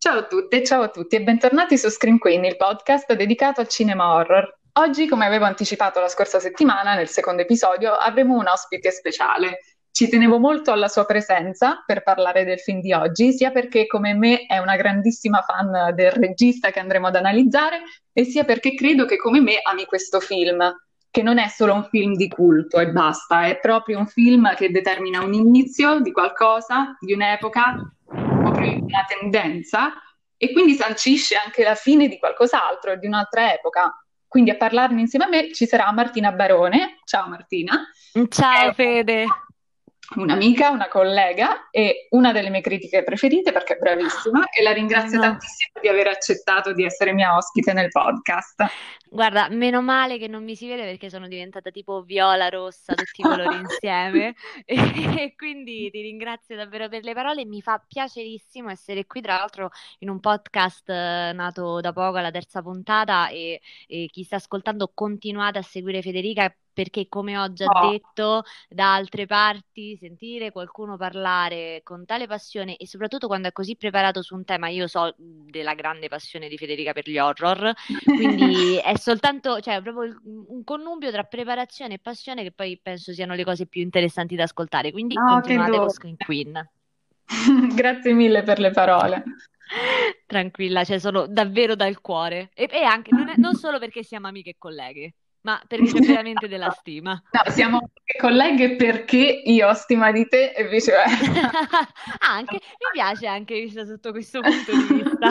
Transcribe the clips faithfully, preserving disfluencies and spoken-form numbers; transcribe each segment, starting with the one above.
Ciao a tutte, ciao a tutti e bentornati su Scream Queen, il podcast dedicato al cinema horror. Oggi, come avevo anticipato la scorsa settimana, nel secondo episodio, avremo un ospite speciale. Ci tenevo molto alla sua presenza per parlare del film di oggi, sia perché come me è una grandissima fan del regista che andremo ad analizzare, e sia perché credo che come me ami questo film, che non è solo un film di culto e basta, è proprio un film che determina un inizio di qualcosa, di un'epoca, proprio una tendenza e quindi sancisce anche la fine di qualcos'altro, di un'altra epoca. Quindi a parlarne insieme a me ci sarà Martina Barone. Ciao Martina, che Ciao è Fede. un'amica, una collega e una delle mie critiche preferite perché è bravissima e la ringrazio No. tantissimo di aver accettato di essere mia ospite nel podcast. Guarda, meno male che non mi si vede perché sono diventata tipo viola, rossa, tutti i colori insieme e, e quindi ti ringrazio davvero per le parole. Mi fa piacerissimo essere qui, tra l'altro in un podcast eh, nato da poco, alla terza puntata e, e chi sta ascoltando continuate a seguire Federica perché come ho già Oh, detto da altre parti sentire qualcuno parlare con tale passione e soprattutto quando è così preparato su un tema, io so della grande passione di Federica per gli horror. Quindi è soltanto, cioè, proprio il- un connubio tra preparazione e passione che poi penso siano le cose più interessanti da ascoltare. Quindi no, che continuate con dolce. Screen Queen. Grazie mille per le parole. Tranquilla, cioè sono davvero dal cuore. E, e anche, non, è- non solo perché siamo amiche e colleghe, ma perché c'è veramente della stima. No, siamo colleghe perché io ho stima di te e viceversa. Anche, mi piace anche vista sotto questo punto di vista.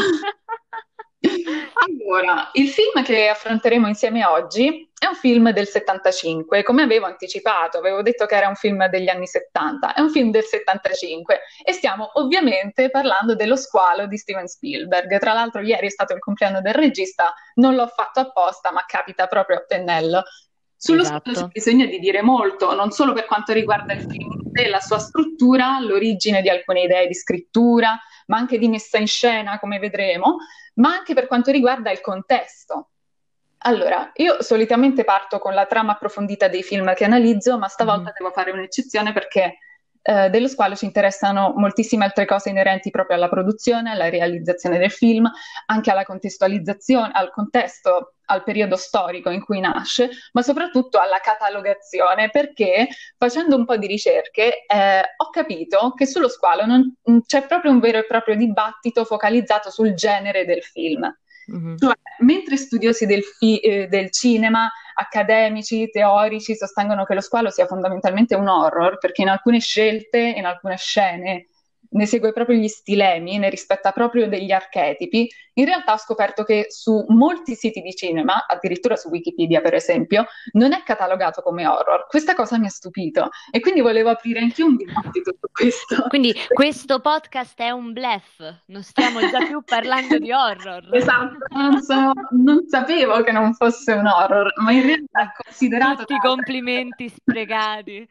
Allora, il film che affronteremo insieme oggi è un film del settantacinque, come avevo anticipato, avevo detto che era un film degli anni settanta, è un film del settantacinque e stiamo ovviamente parlando dello Squalo di Steven Spielberg. Tra l'altro ieri è stato il compleanno del regista, non l'ho fatto apposta, ma capita proprio a pennello. Sullo Squalo c'è Esatto. bisogno di dire molto, non solo per quanto riguarda il film in sé, la sua struttura, l'origine di alcune idee di scrittura, ma anche di messa in scena, come vedremo, ma anche per quanto riguarda il contesto. Allora, io solitamente parto con la trama approfondita dei film che analizzo, ma stavolta Mhm. devo fare un'eccezione perché eh, dello squalo ci interessano moltissime altre cose inerenti proprio alla produzione, alla realizzazione del film, anche alla contestualizzazione, al contesto, al periodo storico in cui nasce, ma soprattutto alla catalogazione, perché facendo un po' di ricerche eh, ho capito che sullo squalo non, c'è proprio un vero e proprio dibattito focalizzato sul genere del film. Mhm. Cioè, mentre studiosi del, fi- eh, del cinema, accademici, teorici, sostengono che lo squalo sia fondamentalmente un horror, perché in alcune scelte, in alcune scene, ne segue proprio gli stilemi, ne rispetta proprio degli archetipi, in realtà ho scoperto che su molti siti di cinema, addirittura su Wikipedia per esempio, non è catalogato come horror. Questa cosa mi ha stupito e quindi volevo aprire anche un dibattito su questo. Quindi questo podcast è un bluff, non stiamo già più parlando di horror. Esatto, non, so- non sapevo che non fosse un horror, ma in realtà è considerato Tutti i tale. complimenti sprecati.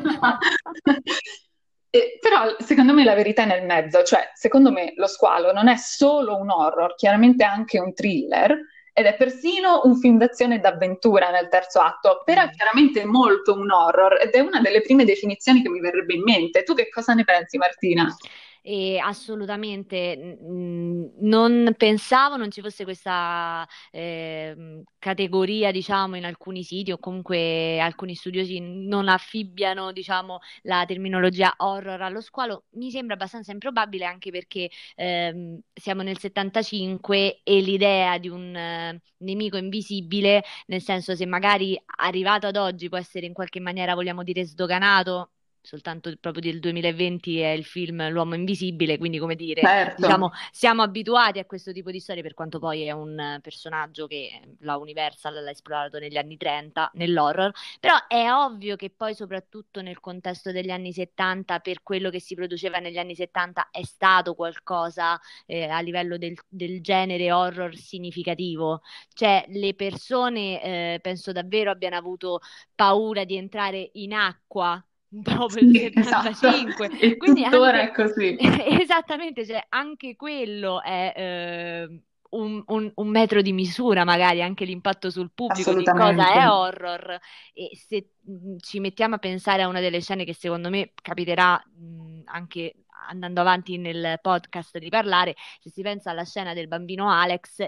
Eh, però secondo me la verità è nel mezzo, cioè secondo me Lo Squalo non è solo un horror, chiaramente è anche un thriller ed è persino un film d'azione e d'avventura nel terzo atto, però è Mm. chiaramente molto un horror ed è una delle prime definizioni che mi verrebbe in mente. Tu che cosa ne pensi, Martina? E assolutamente mm, non pensavo non ci fosse questa ehm, categoria, diciamo, in alcuni siti o comunque alcuni studiosi non affibbiano, diciamo, la terminologia horror allo squalo. Mi sembra abbastanza improbabile anche perché ehm, siamo nel settantacinque e l'idea di un eh, nemico invisibile, nel senso se magari arrivato ad oggi può essere in qualche maniera, vogliamo dire, sdoganato. Soltanto proprio del duemilaventi è il film L'uomo invisibile, quindi come dire, Certo. diciamo, siamo abituati a questo tipo di storie, per quanto poi è un eh, personaggio che la Universal l'ha esplorato negli anni trenta, nell'horror, però è ovvio che poi soprattutto nel contesto degli anni settanta, per quello che si produceva negli anni settanta, è stato qualcosa eh, a livello del, del genere horror significativo. Cioè le persone eh, penso davvero abbiano avuto paura di entrare in acqua dopo il Sì, esatto, settantacinque, e quindi tuttora anche è così, esattamente, cioè anche quello è eh, un, un- un metro di misura, magari anche l'impatto sul pubblico di cosa assolutamente. è horror. E se mh, ci mettiamo a pensare a una delle scene che secondo me capiterà mh, anche andando avanti nel podcast di parlare, se si pensa alla scena del bambino Alex,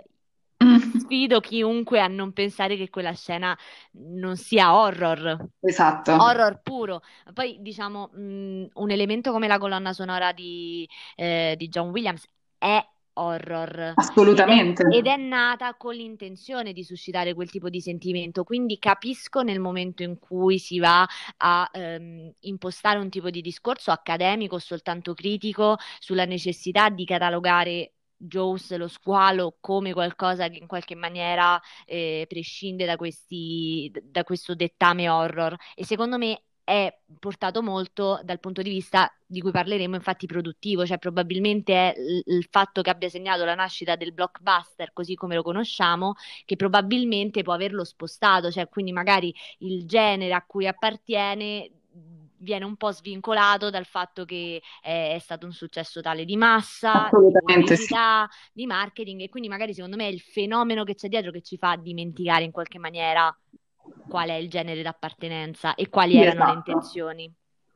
sfido chiunque a non pensare che quella scena non sia horror. Esatto. Horror puro. Poi, diciamo, mh, un elemento come la colonna sonora di, eh, di John Williams è horror ed è, Assolutamente. ed è nata con l'intenzione di suscitare quel tipo di sentimento, quindi capisco nel momento in cui si va a ehm, impostare un tipo di discorso accademico o soltanto critico sulla necessità di catalogare Jaws, lo squalo, come qualcosa che in qualche maniera eh, prescinde da questi, da questo dettame horror, e secondo me è portato molto dal punto di vista di cui parleremo, infatti produttivo, cioè probabilmente è il, il fatto che abbia segnato la nascita del blockbuster così come lo conosciamo, che probabilmente può averlo spostato, cioè quindi magari il genere a cui appartiene viene un po' svincolato dal fatto che è, è stato un successo tale di massa, di Assolutamente sì. pubblicità, di marketing, e quindi magari secondo me è il fenomeno che c'è dietro che ci fa dimenticare in qualche maniera qual è il genere d'appartenenza e quali Sì, erano le esatto. intenzioni.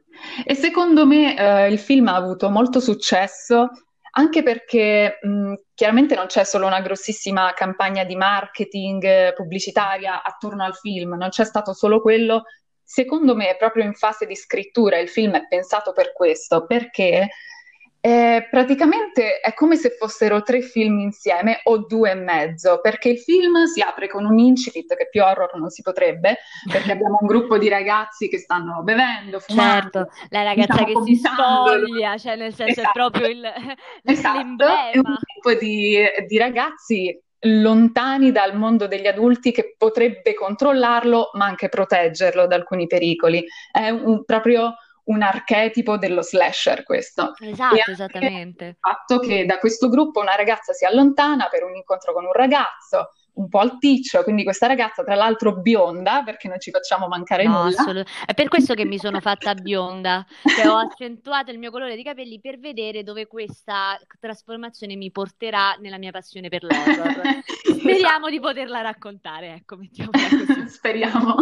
E secondo me eh, il film ha avuto molto successo anche perché mh, chiaramente non c'è solo una grossissima campagna di marketing eh, pubblicitaria attorno al film, non c'è stato solo quello. Secondo me è proprio in fase di scrittura, il film è pensato per questo, perché eh, praticamente è come se fossero tre film insieme o due e mezzo, perché il film si apre con un incipit che più horror non si potrebbe, perché abbiamo un gruppo di ragazzi che stanno bevendo, fumando, Certo, la ragazza diciamo che si comitando. spoglia, cioè nel senso è Esatto, proprio il- esatto, è un l'emblema. gruppo di, di ragazzi lontani dal mondo degli adulti che potrebbe controllarlo, ma anche proteggerlo da alcuni pericoli. È un- proprio un archetipo dello slasher questo. E Esatto, anche il esattamente. fatto che da questo gruppo una ragazza si allontana per un incontro con un ragazzo, un po' alticcio, quindi questa ragazza tra l'altro bionda, perché non ci facciamo mancare No, nulla. assolutamente. È per questo che mi sono fatta bionda, cioè ho accentuato il mio colore di capelli per vedere dove questa trasformazione mi porterà nella mia passione per l'horror. Speriamo di Esatto. poterla raccontare, ecco, mettiamola così. Speriamo.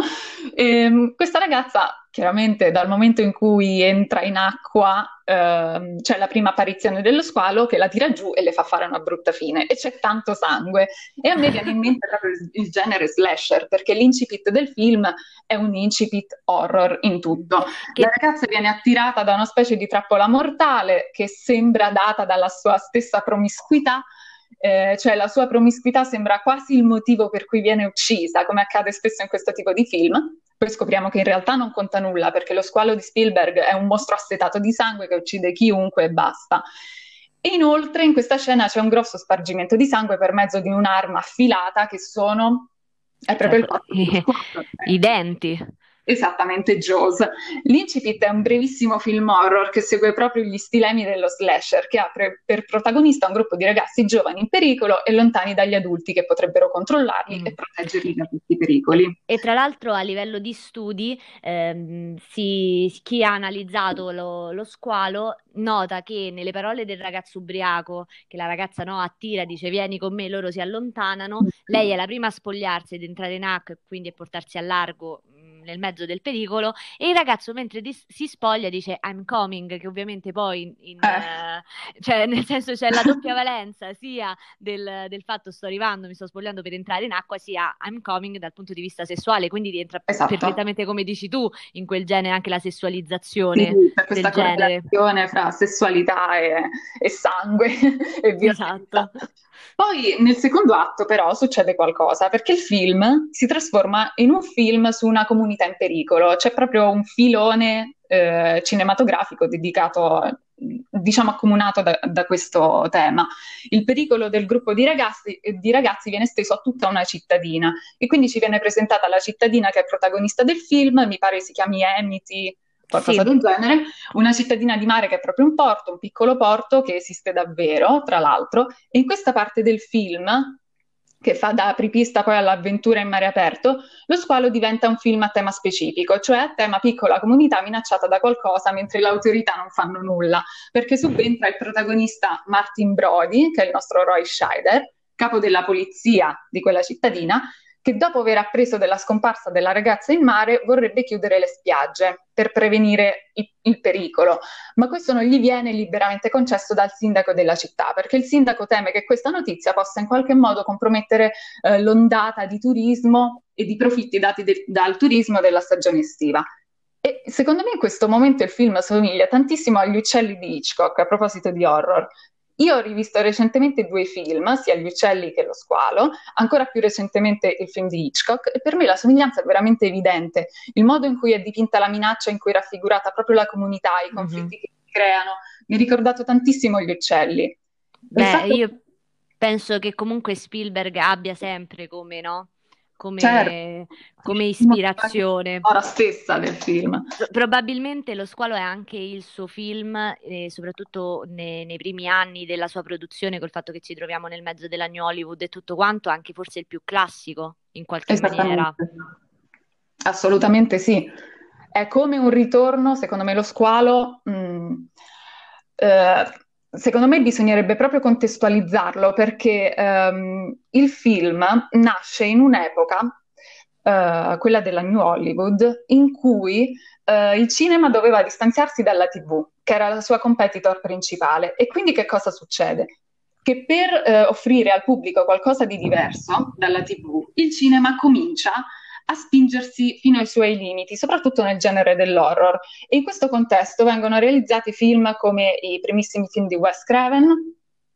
Ehm, questa ragazza, chiaramente, dal momento in cui entra in acqua, ehm, c'è la prima apparizione dello squalo che la tira giù e le fa fare una brutta fine. E c'è tanto sangue. E a me viene in mente proprio il, il genere slasher, perché l'incipit del film è un incipit horror in tutto. La Che ragazza viene attirata da una specie di trappola mortale che sembra data dalla sua stessa promiscuità. Eh, cioè la sua promiscuità sembra quasi il motivo per cui viene uccisa, come accade spesso in questo tipo di film. Poi scopriamo che in realtà non conta nulla, perché lo squalo di Spielberg è un mostro assetato di sangue che uccide chiunque e basta. E inoltre in questa scena c'è un grosso spargimento di sangue per mezzo di un'arma affilata che sono... è cioè, proprio il fatto che lo squalo... i denti. Esattamente, Jaws. L'Incipit è un brevissimo film horror che segue proprio gli stilemi dello slasher, che ha pre- per protagonista un gruppo di ragazzi giovani in pericolo e lontani dagli adulti che potrebbero controllarli Mm. e proteggerli da tutti i pericoli. E, e tra l'altro a livello di studi, ehm, si- chi ha analizzato lo, lo squalo nota che nelle parole del ragazzo ubriaco, che la ragazza no, attira, dice vieni con me, loro si allontanano, lei è la prima a spogliarsi ed entrare in acqua e quindi a portarsi a largo mh, nel mezzo del pericolo, e il ragazzo mentre dis- si spoglia dice I'm coming, che ovviamente poi in, in, Eh. eh, cioè nel senso c'è la doppia valenza sia del, del fatto sto arrivando, mi sto spogliando per entrare in acqua, sia I'm coming dal punto di vista sessuale, quindi rientra Esatto. perfettamente come dici tu in quel genere anche la Sì, sessualizzazione c'è questa del genere. correlazione fra sessualità e, e sangue e violenza. Esatto. Poi nel secondo atto però succede qualcosa, perché il film si trasforma in un film su una comunità in pericolo, c'è proprio un filone eh, cinematografico dedicato, diciamo, accomunato da, da questo tema. Il pericolo del gruppo di ragazzi, di ragazzi viene esteso a tutta una cittadina e quindi ci viene presentata la cittadina che è protagonista del film, mi pare si chiami Amity, qualcosa Sì. del genere, una cittadina di mare che è proprio un porto, un piccolo porto che esiste davvero, tra l'altro, e in questa parte del film, che fa da apripista poi all'avventura in mare aperto, lo squalo diventa un film a tema specifico, cioè a tema piccola comunità minacciata da qualcosa mentre le autorità non fanno nulla, perché subentra il protagonista Martin Brody, che è il nostro Roy Scheider, capo della polizia di quella cittadina, che dopo aver appreso della scomparsa della ragazza in mare vorrebbe chiudere le spiagge per prevenire il, il pericolo, ma questo non gli viene liberamente concesso dal sindaco della città, perché il sindaco teme che questa notizia possa in qualche modo compromettere eh, l'ondata di turismo e di profitti dati de- dal turismo della stagione estiva. E secondo me in questo momento il film somiglia tantissimo agli uccelli di Hitchcock, a proposito di horror. Io ho rivisto recentemente due film, sia Gli uccelli che Lo squalo, ancora più recentemente il film di Hitchcock, e per me la somiglianza è veramente evidente. Il modo in cui è dipinta la minaccia, in cui è raffigurata proprio la comunità, i Mhm. conflitti che si creano, mi ha ricordato tantissimo Gli uccelli. Il Beh, fatto, io penso che comunque Spielberg abbia sempre come, no? certo, Come, come ispirazione. l'ora stessa del film. Pro- Probabilmente Lo squalo è anche il suo film, eh, soprattutto ne- nei primi anni della sua produzione, col fatto che ci troviamo nel mezzo della New Hollywood e tutto quanto, anche forse il più classico in qualche maniera. Esattamente. Assolutamente sì. È come un ritorno, secondo me, Lo squalo. mh, eh, secondo me bisognerebbe proprio contestualizzarlo perché ehm, il film nasce in un'epoca, eh, quella della New Hollywood, in cui eh, il cinema doveva distanziarsi dalla T V, che era la sua competitor principale. E quindi che cosa succede? Che per eh, offrire al pubblico qualcosa di diverso dalla T V, il cinema comincia a spingersi fino ai suoi limiti, soprattutto nel genere dell'horror. E in questo contesto vengono realizzati film come i primissimi film di Wes Craven,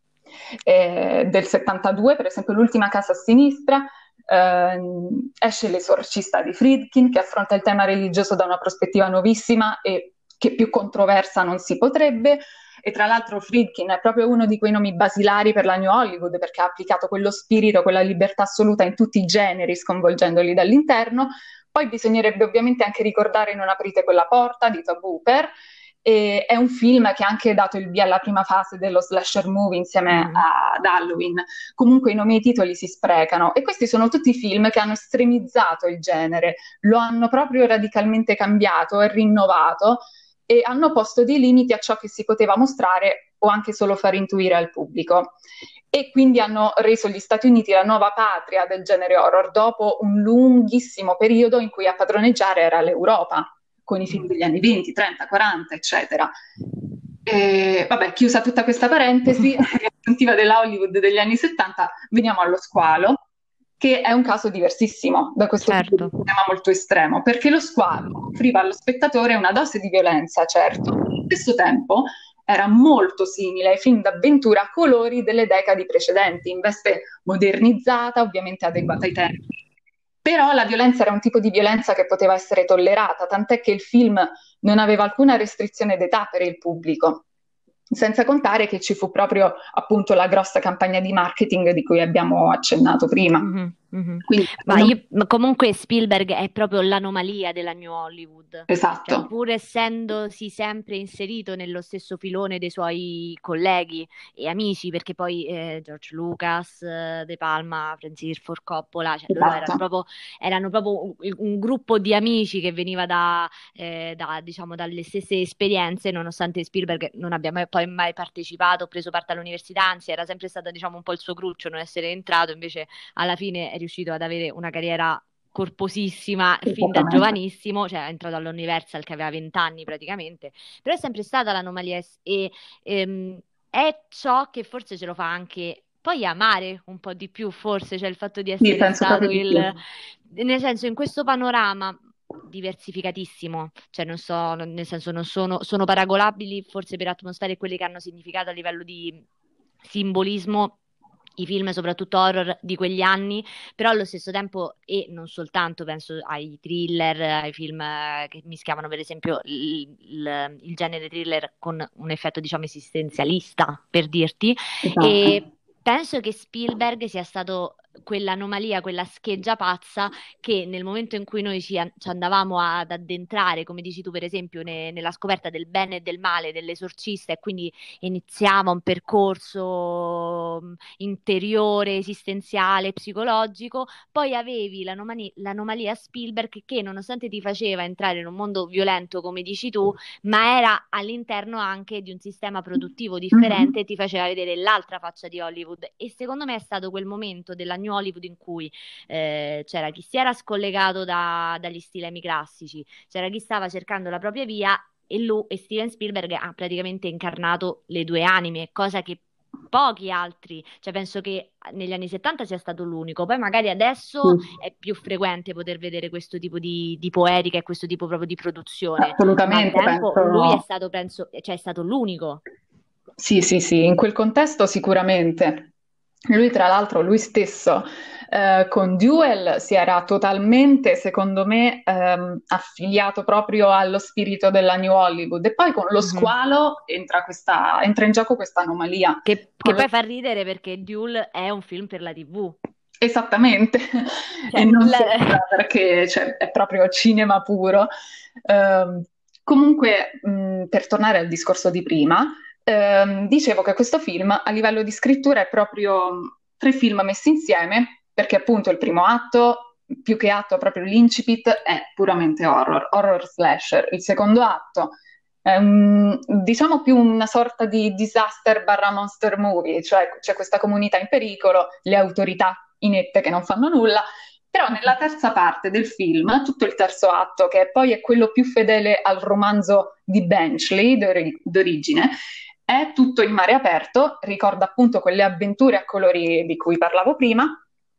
eh, del settantadue, per esempio L'ultima casa a sinistra, eh, esce L'esorcista di Friedkin, che affronta il tema religioso da una prospettiva nuovissima e che più controversa non si potrebbe. E tra l'altro Friedkin è proprio uno di quei nomi basilari per la New Hollywood, perché ha applicato quello spirito, quella libertà assoluta in tutti i generi, sconvolgendoli dall'interno. Poi bisognerebbe ovviamente anche ricordare Non aprite quella porta di Tobe Hooper. E è un film che ha anche dato il via alla prima fase dello slasher movie insieme Mhm. ad Halloween. Comunque i nomi e i titoli si sprecano e questi sono tutti film che hanno estremizzato il genere, lo hanno proprio radicalmente cambiato e rinnovato e hanno posto dei limiti a ciò che si poteva mostrare o anche solo far intuire al pubblico. E quindi hanno reso gli Stati Uniti la nuova patria del genere horror dopo un lunghissimo periodo in cui a padroneggiare era l'Europa, con i film degli anni venti, trenta, quaranta, eccetera. E, vabbè, chiusa tutta questa parentesi, riassuntiva della Hollywood degli anni settanta, veniamo allo squalo, che è un caso diversissimo da questo tipo di Certo. cinema molto estremo, perché lo squalo offriva allo spettatore una dose di violenza, certo, ma allo stesso tempo era molto simile ai film d'avventura a colori delle decadi precedenti, in veste modernizzata, ovviamente adeguata ai tempi. Però la violenza era un tipo di violenza che poteva essere tollerata, tant'è che il film non aveva alcuna restrizione d'età per il pubblico. Senza contare che ci fu proprio appunto la grossa campagna di marketing di cui abbiamo accennato prima. Mhm, mhm. Quindi, Ma secondo me, io, ma comunque Spielberg è proprio l'anomalia della New Hollywood, cioè esatto, pur essendosi sempre inserito nello stesso filone dei suoi colleghi e amici, perché poi eh, George Lucas, eh, De Palma, Francis Ford Coppola, cioè loro erano esatto. proprio, erano proprio un, un gruppo di amici che veniva da, eh, da, diciamo, dalle stesse esperienze, nonostante Spielberg non abbia mai, poi mai partecipato, o preso parte all'università, anzi era sempre stato diciamo un po' il suo cruccio non essere entrato, invece alla fine è riuscito ad avere una carriera corposissima fin da Esattamente. giovanissimo, cioè è entrato all'Universal che aveva venti anni praticamente, però è sempre stata l'anomalia e ehm, è ciò che forse ce lo fa anche poi amare un po' di più, forse, cioè il fatto di Sì, essere penso stato proprio di il, sì. nel senso in questo panorama diversificatissimo, cioè non so, non- nel senso non sono, sono paragonabili forse per atmosfere quelli che hanno significato a livello di simbolismo i film, soprattutto horror di quegli anni, però allo stesso tempo, e non soltanto, penso ai thriller, ai film eh, che mischiavano per esempio il, il- il genere thriller con un effetto, diciamo, esistenzialista, per dirti, Esatto. e penso che Spielberg sia stato quell'anomalia, quella scheggia pazza che nel momento in cui noi ci, an- ci andavamo ad addentrare, come dici tu per esempio, ne- nella scoperta del bene e del male dell'esorcista e quindi iniziava un percorso mh, interiore, esistenziale, psicologico, poi avevi l'anomali- l'anomalia Spielberg che nonostante ti faceva entrare in un mondo violento, come dici tu, ma era all'interno anche di un sistema produttivo differente Mhm. e ti faceva vedere l'altra faccia di Hollywood. E secondo me è stato quel momento della New New Hollywood in cui eh, c'era chi si era scollegato da- dagli stilemi classici, c'era chi stava cercando la propria via e, lui, e Steven Spielberg ha praticamente incarnato le due anime, cosa che pochi altri, cioè penso che negli anni settanta sia stato l'unico, poi magari adesso Sì, è più frequente poter vedere questo tipo di, di poetica e questo tipo proprio di produzione, ma al assolutamente, tempo lui è penso. stato, penso, cioè è stato l'unico. Sì, sì, sì, in quel contesto sicuramente. Lui, tra l'altro, lui stesso eh, con Duel si era totalmente, secondo me, ehm, affiliato proprio allo spirito della New Hollywood. E poi con Lo Mhm. Squalo entra, questa, entra in gioco questa anomalia. Che, che Con lo- poi fa ridere perché Duel è un film per la T V. Esattamente, e Cioè, non la- sembra perché cioè, è proprio cinema puro. Ehm, Comunque, mh, per tornare al discorso di prima, ehm, dicevo che questo film a livello di scrittura è proprio mh, tre film messi insieme, perché appunto il primo atto, più che atto, proprio l'incipit, è puramente horror, horror slasher. Il secondo atto è un- diciamo più una sorta di disaster barra monster movie, cioè c'è questa comunità in pericolo, le autorità inette che non fanno nulla. Però nella terza parte del film, tutto il terzo atto, che poi è quello più fedele al romanzo di Benchley d'ori- d'origine, è tutto in mare aperto, ricorda appunto quelle avventure a colori di cui parlavo prima.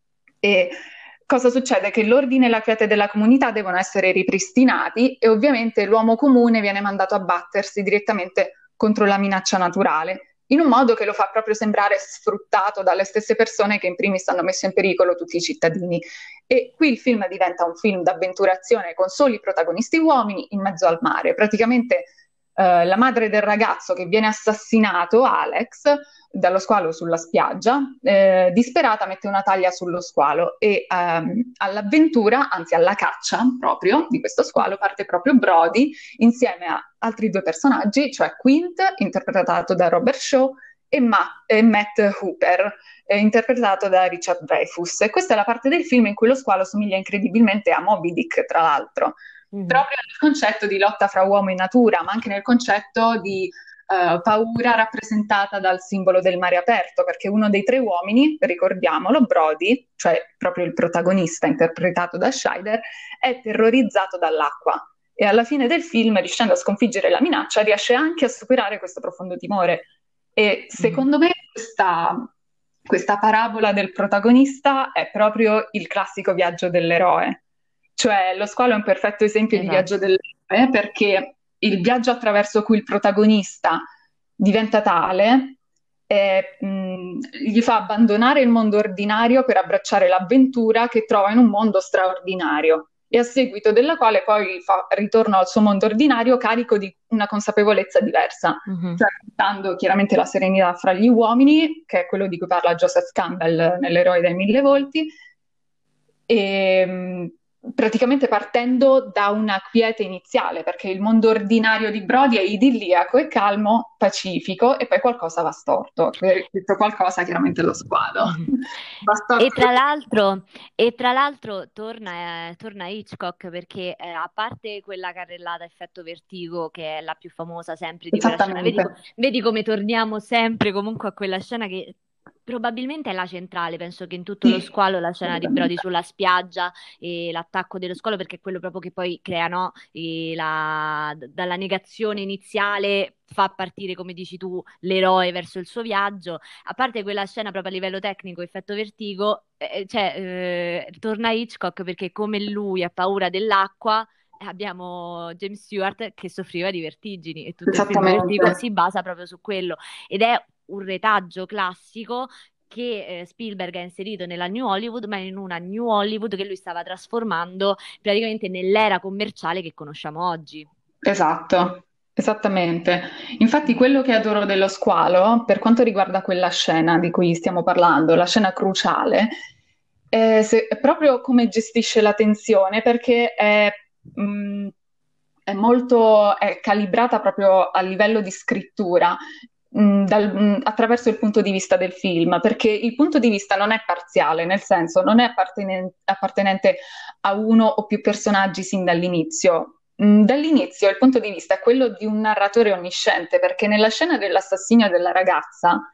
E cosa succede? Che l'ordine e la quiete della comunità devono essere ripristinati e ovviamente l'uomo comune viene mandato a battersi direttamente contro la minaccia naturale, in un modo che lo fa proprio sembrare sfruttato dalle stesse persone che in primis hanno messo in pericolo tutti i cittadini. E qui il film diventa un film d'avventurazione con soli protagonisti uomini in mezzo al mare. Praticamente eh, la madre del ragazzo che viene assassinato, Alex, dallo squalo sulla spiaggia, eh, disperata mette una taglia sullo squalo e ehm, all'avventura, anzi alla caccia proprio di questo squalo, parte proprio Brody insieme a altri due personaggi, cioè Quint, interpretato da Robert Shaw, e, Ma- e Matt Hooper, eh, interpretato da Richard Dreyfuss. E questa è la parte del film in cui lo squalo somiglia incredibilmente a Moby Dick, tra l'altro, Mhm. proprio nel concetto di lotta fra uomo e natura, ma anche nel concetto di eh, paura rappresentata dal simbolo del mare aperto, perché uno dei tre uomini, ricordiamolo, Brody, cioè proprio il protagonista interpretato da Scheider, è terrorizzato dall'acqua e alla fine del film, riuscendo a sconfiggere la minaccia, riesce anche a superare questo profondo timore. E Mhm. secondo me questa, questa parabola del protagonista è proprio il classico viaggio dell'eroe. Cioè, lo squalo è un perfetto esempio di viaggio Esatto. dell'eroe perché il viaggio attraverso cui il protagonista diventa tale eh, mh, gli fa abbandonare il mondo ordinario per abbracciare l'avventura che trova in un mondo straordinario e a seguito della quale poi fa ritorno al suo mondo ordinario carico di una consapevolezza diversa, Mhm. cioè portando chiaramente la serenità fra gli uomini, che è quello di cui parla Joseph Campbell nell'Eroe dai mille volti, e mh, praticamente partendo da una quiete iniziale, perché il mondo ordinario di Brody è idilliaco e calmo, pacifico, e poi qualcosa va storto. E questo qualcosa chiaramente è lo squalo. Mhm. Va E storto. tra l'altro, e tra l'altro torna, eh, torna Hitchcock perché eh, a parte quella carrellata effetto vertigo che è la più famosa sempre di quella scena, vedi, Esattamente. co- vedi come torniamo sempre comunque a quella scena che probabilmente è la centrale, penso che in tutto lo Sì, squalo la scena di Brody assolutamente. sulla spiaggia e l'attacco dello squalo perché è quello proprio che poi crea, no, e la- d- dalla negazione iniziale fa partire, come dici tu, l'eroe verso il suo viaggio a parte quella scena proprio a livello tecnico, effetto vertigo, eh, cioè, eh, torna Hitchcock perché come lui ha paura dell'acqua, eh, abbiamo James Stewart che soffriva di vertigini e tutto il film Esattamente. Vertigo si basa proprio su quello ed è un retaggio classico che eh, Spielberg ha inserito nella New Hollywood, ma in una New Hollywood che lui stava trasformando praticamente nell'era commerciale che conosciamo oggi. Esatto, esattamente. Infatti Mhm. quello che adoro dello squalo, per quanto riguarda quella scena di cui stiamo parlando, la scena cruciale, è, se- è proprio come gestisce la tensione, perché è, mh, è molto, è calibrata proprio a livello di scrittura, mh, dal- mh, attraverso il punto di vista del film, perché il punto di vista non è parziale, nel senso non è appartenen- appartenente a uno o più personaggi sin dall'inizio. Mm, Dall'inizio il punto di vista è quello di un narratore onnisciente, perché nella scena dell'assassinio della ragazza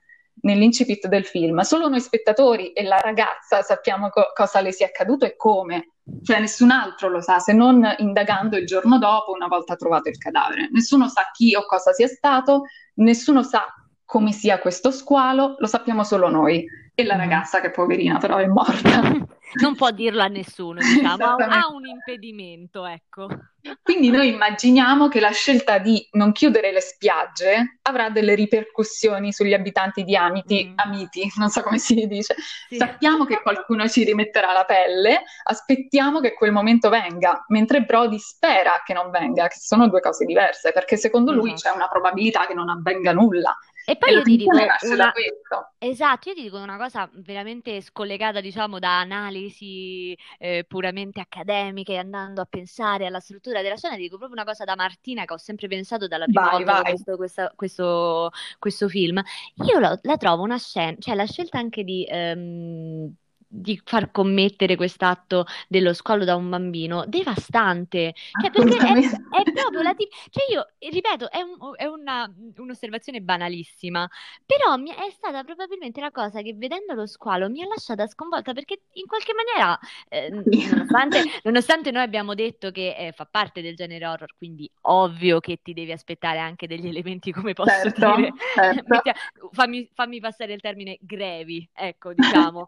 nell'incipit del film. Solo noi spettatori e la ragazza sappiamo co- cosa le sia accaduto e come. Cioè nessun altro lo sa, se non indagando il giorno dopo, una volta trovato il cadavere. Nessuno sa chi o cosa sia stato, nessuno sa come sia questo squalo, lo sappiamo solo noi. E la Mhm. ragazza che poverina però è morta. Non può dirlo a nessuno, diciamo, ha, un- ha Esattamente. un impedimento, ecco. Quindi noi immaginiamo che la scelta di non chiudere le spiagge avrà delle ripercussioni sugli abitanti di Amity, Mm, Amity, non so come si dice. sì. Sappiamo che qualcuno ci rimetterà la pelle, aspettiamo che quel momento venga, mentre Brody spera che non venga, che sono due cose diverse, perché secondo lui c'è Esatto. una probabilità che non avvenga nulla. E E poi la io ti tensione dico nasce da una, questo. esatto, io ti dico una cosa veramente scollegata, diciamo, da analisi eh, puramente accademiche, andando a pensare alla struttura della scena, ti dico proprio una cosa da Martina che ho sempre pensato dalla prima Vai, volta che ho vai. visto questa- questo, questo film. Io lo- la trovo una scena, cioè la scelta anche di, ehm, di far commettere quest'atto dello squalo da un bambino, devastante, cioè perché è, Assolutamente. è proprio la tip- cioè io, ripeto, è, un- è una- un'osservazione banalissima, però mi è stata probabilmente la cosa che vedendo lo squalo mi ha lasciata sconvolta perché in qualche maniera, eh, Sì. nonostante, nonostante noi abbiamo detto che eh, fa parte del genere horror, quindi ovvio che ti devi aspettare anche degli elementi, come posso Certo, dire, certo. mettia- fammi, fammi passare il termine grevi, ecco, diciamo.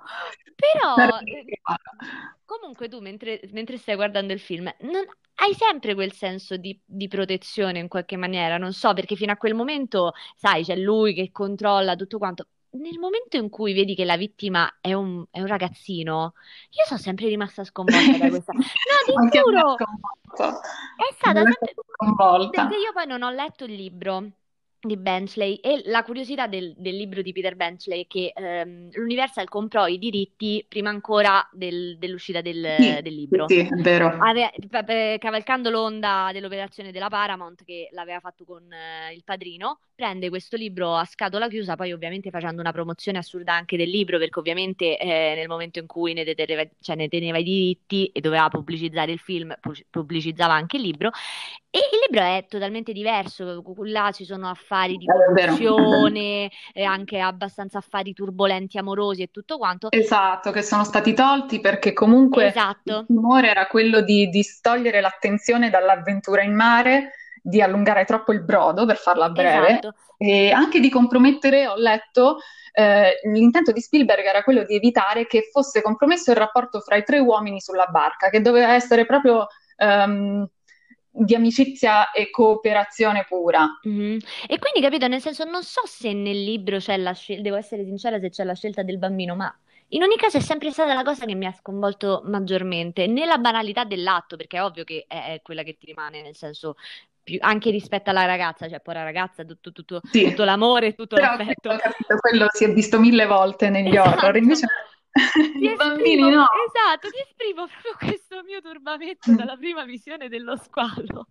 Però eh, comunque tu mentre, mentre stai guardando il film non, hai sempre quel senso di, di protezione in qualche maniera, non so, perché fino a quel momento, sai, c'è lui che controlla tutto quanto. Nel momento in cui vedi che la vittima è un, è un ragazzino, io sono sempre rimasta sconvolta da questa. No, ti Anche a me ha giuro, sconvolto. è Mi ha stata lasciato sempre... Perché sconvolta. io poi non ho letto il libro di Benchley e la curiosità del, del libro di Peter Benchley è che ehm, l'Universal comprò i diritti prima ancora del- dell'uscita del, Sì, del sì, libro. sì, è vero. Ave- pa- pa- cavalcando l'onda dell'operazione della Paramount che l'aveva fatto con eh, Il Padrino, prende questo libro a scatola chiusa, poi ovviamente facendo una promozione assurda anche del libro, perché ovviamente eh, nel momento in cui ne deteneva, cioè, ne teneva i diritti e doveva pubblicizzare il film, pu- pubblicizzava anche il libro. E il libro è totalmente diverso, là ci sono affari di È vero, è vero. corruzione, e anche abbastanza affari turbolenti, amorosi e tutto quanto. Esatto, che sono stati tolti perché comunque il Esatto, timore era quello di distogliere l'attenzione dall'avventura in mare, di allungare troppo il brodo, per farla breve, esatto. e anche di compromettere, ho letto, eh, l'intento di Spielberg era quello di evitare che fosse compromesso il rapporto fra i tre uomini sulla barca, che doveva essere proprio ehm, di amicizia e cooperazione pura. Mhm. E quindi, capito, nel senso, non so se nel libro c'è la scelta, devo essere sincera, se c'è la scelta del bambino, ma in ogni caso è sempre stata la cosa che mi ha sconvolto maggiormente, nella banalità dell'atto, perché è ovvio che è, è quella che ti rimane, nel senso, più- anche rispetto alla ragazza, cioè poi la ragazza, tutto, tutto- tutto Sì, l'amore, tutto però l'affetto. quello, capito, quello si è visto mille volte negli horror, Esatto, invece ti i bambini esprimo, no. esatto, ti esprimo proprio questo mio turbamento dalla prima visione dello squalo.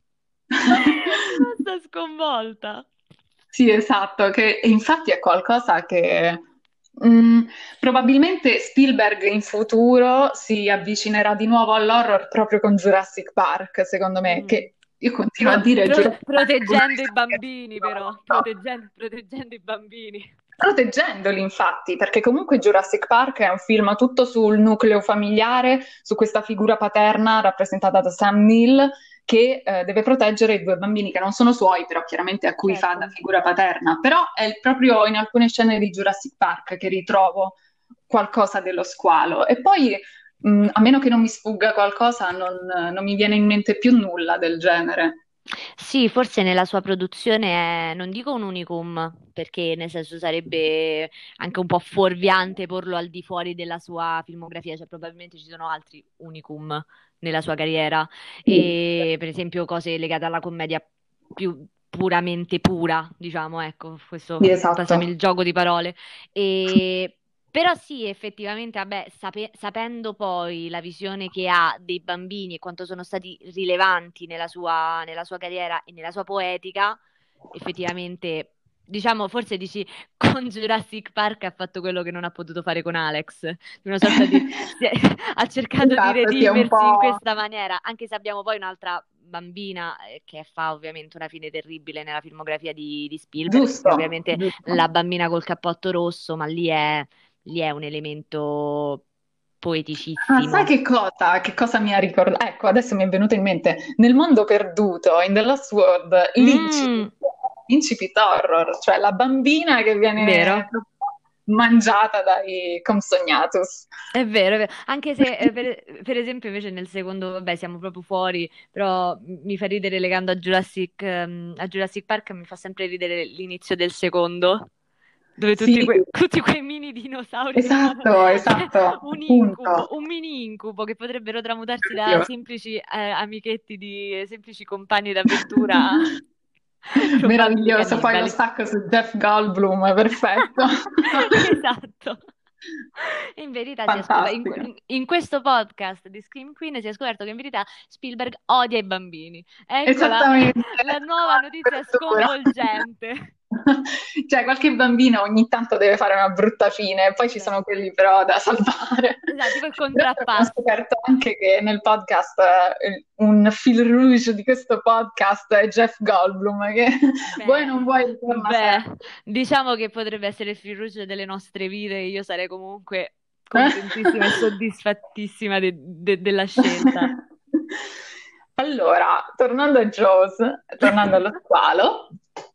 Rimasta sconvolta. Sì, esatto, che e infatti è qualcosa che mh, probabilmente Spielberg in futuro si avvicinerà di nuovo all'horror proprio con Jurassic Park, secondo me, Mm. che io continuo a Pro- dire pro- Jurassic Park è uno dei proteggendo i suoi bambini, film però, top. proteggendo, proteggendo i bambini. Proteggendoli, infatti, perché comunque Jurassic Park è un film tutto sul nucleo familiare, su questa figura paterna rappresentata da Sam Neill, che eh, deve proteggere i due bambini che non sono suoi, però chiaramente a cui fa da Certo. figura paterna. Però è il- proprio in alcune scene di Jurassic Park che ritrovo qualcosa dello squalo. E poi, mh, a meno che non mi sfugga qualcosa, non, non mi viene in mente più nulla del genere. Sì, forse nella sua produzione è, non dico un unicum, perché nel senso sarebbe anche un po' fuorviante porlo al di fuori della sua filmografia, cioè probabilmente ci sono altri unicum nella sua carriera, Sì, e per esempio cose legate alla commedia più puramente pura, diciamo, ecco, sì, questo, passami il esatto. gioco di parole. E però sì, effettivamente, vabbè, sape- sapendo poi la visione che ha dei bambini e quanto sono stati rilevanti nella sua, nella sua carriera e nella sua poetica, effettivamente, diciamo, forse dici con Jurassic Park ha fatto quello che non ha potuto fare con Alex, una sorta di... si è- ha cercato di Esatto, sì, è un redimersi in po'. questa maniera, anche se abbiamo poi un'altra bambina, eh, che fa ovviamente una fine terribile nella filmografia di, di Spielberg, che Giusto, ovviamente giusto. la bambina col cappotto rosso, ma lì è, lì è un elemento Ah, sai poeticissimo. che cosa? Che cosa mi ha ricordato? Ecco, adesso mi è venuto in mente. Nel mondo perduto, in The Lost World, Mm, l'incipit, l'incipit horror, cioè la bambina che viene vero? mangiata dai Compsognatus. È vero, è vero. Anche se eh, per, per esempio invece nel secondo, vabbè, siamo proprio fuori, però m- mi fa ridere legando a Jurassic, ehm, a Jurassic Park, mi fa sempre ridere l'inizio del secondo, dove tutti, Sì, que- tutti quei mini dinosauri sembrano esatto, cioè, esatto, un appunto. incubo, un mini incubo che potrebbero tramutarsi da Proprio. semplici eh, amichetti di eh, semplici compagni d'avventura a probabili Meraviglioso. Poi lo cannibali. stacco su Jeff Goldblum, perfetto. Esatto. In verità si è scoperto, in, Fantastico. in- in questo podcast di Scream Queen si è scoperto che in verità Spielberg odia i bambini. Ecco la, Esattamente, la nuova notizia apertura. sconvolgente. Cioè, qualche bambino ogni tanto deve fare una brutta fine, e poi ci sono Esatto, quelli però da salvare. esatto, tipo il Però abbiamo contrappasso. scoperto anche che nel podcast eh, un fil rouge di questo podcast è Jeff Goldblum, che vuoi o Beh, non vuoi ritorna beh, sempre. diciamo che potrebbe essere il fil rouge delle nostre vite e io sarei comunque contentissima e soddisfattissima de- de- della scelta. Allora, tornando a Jaws, tornando allo squalo,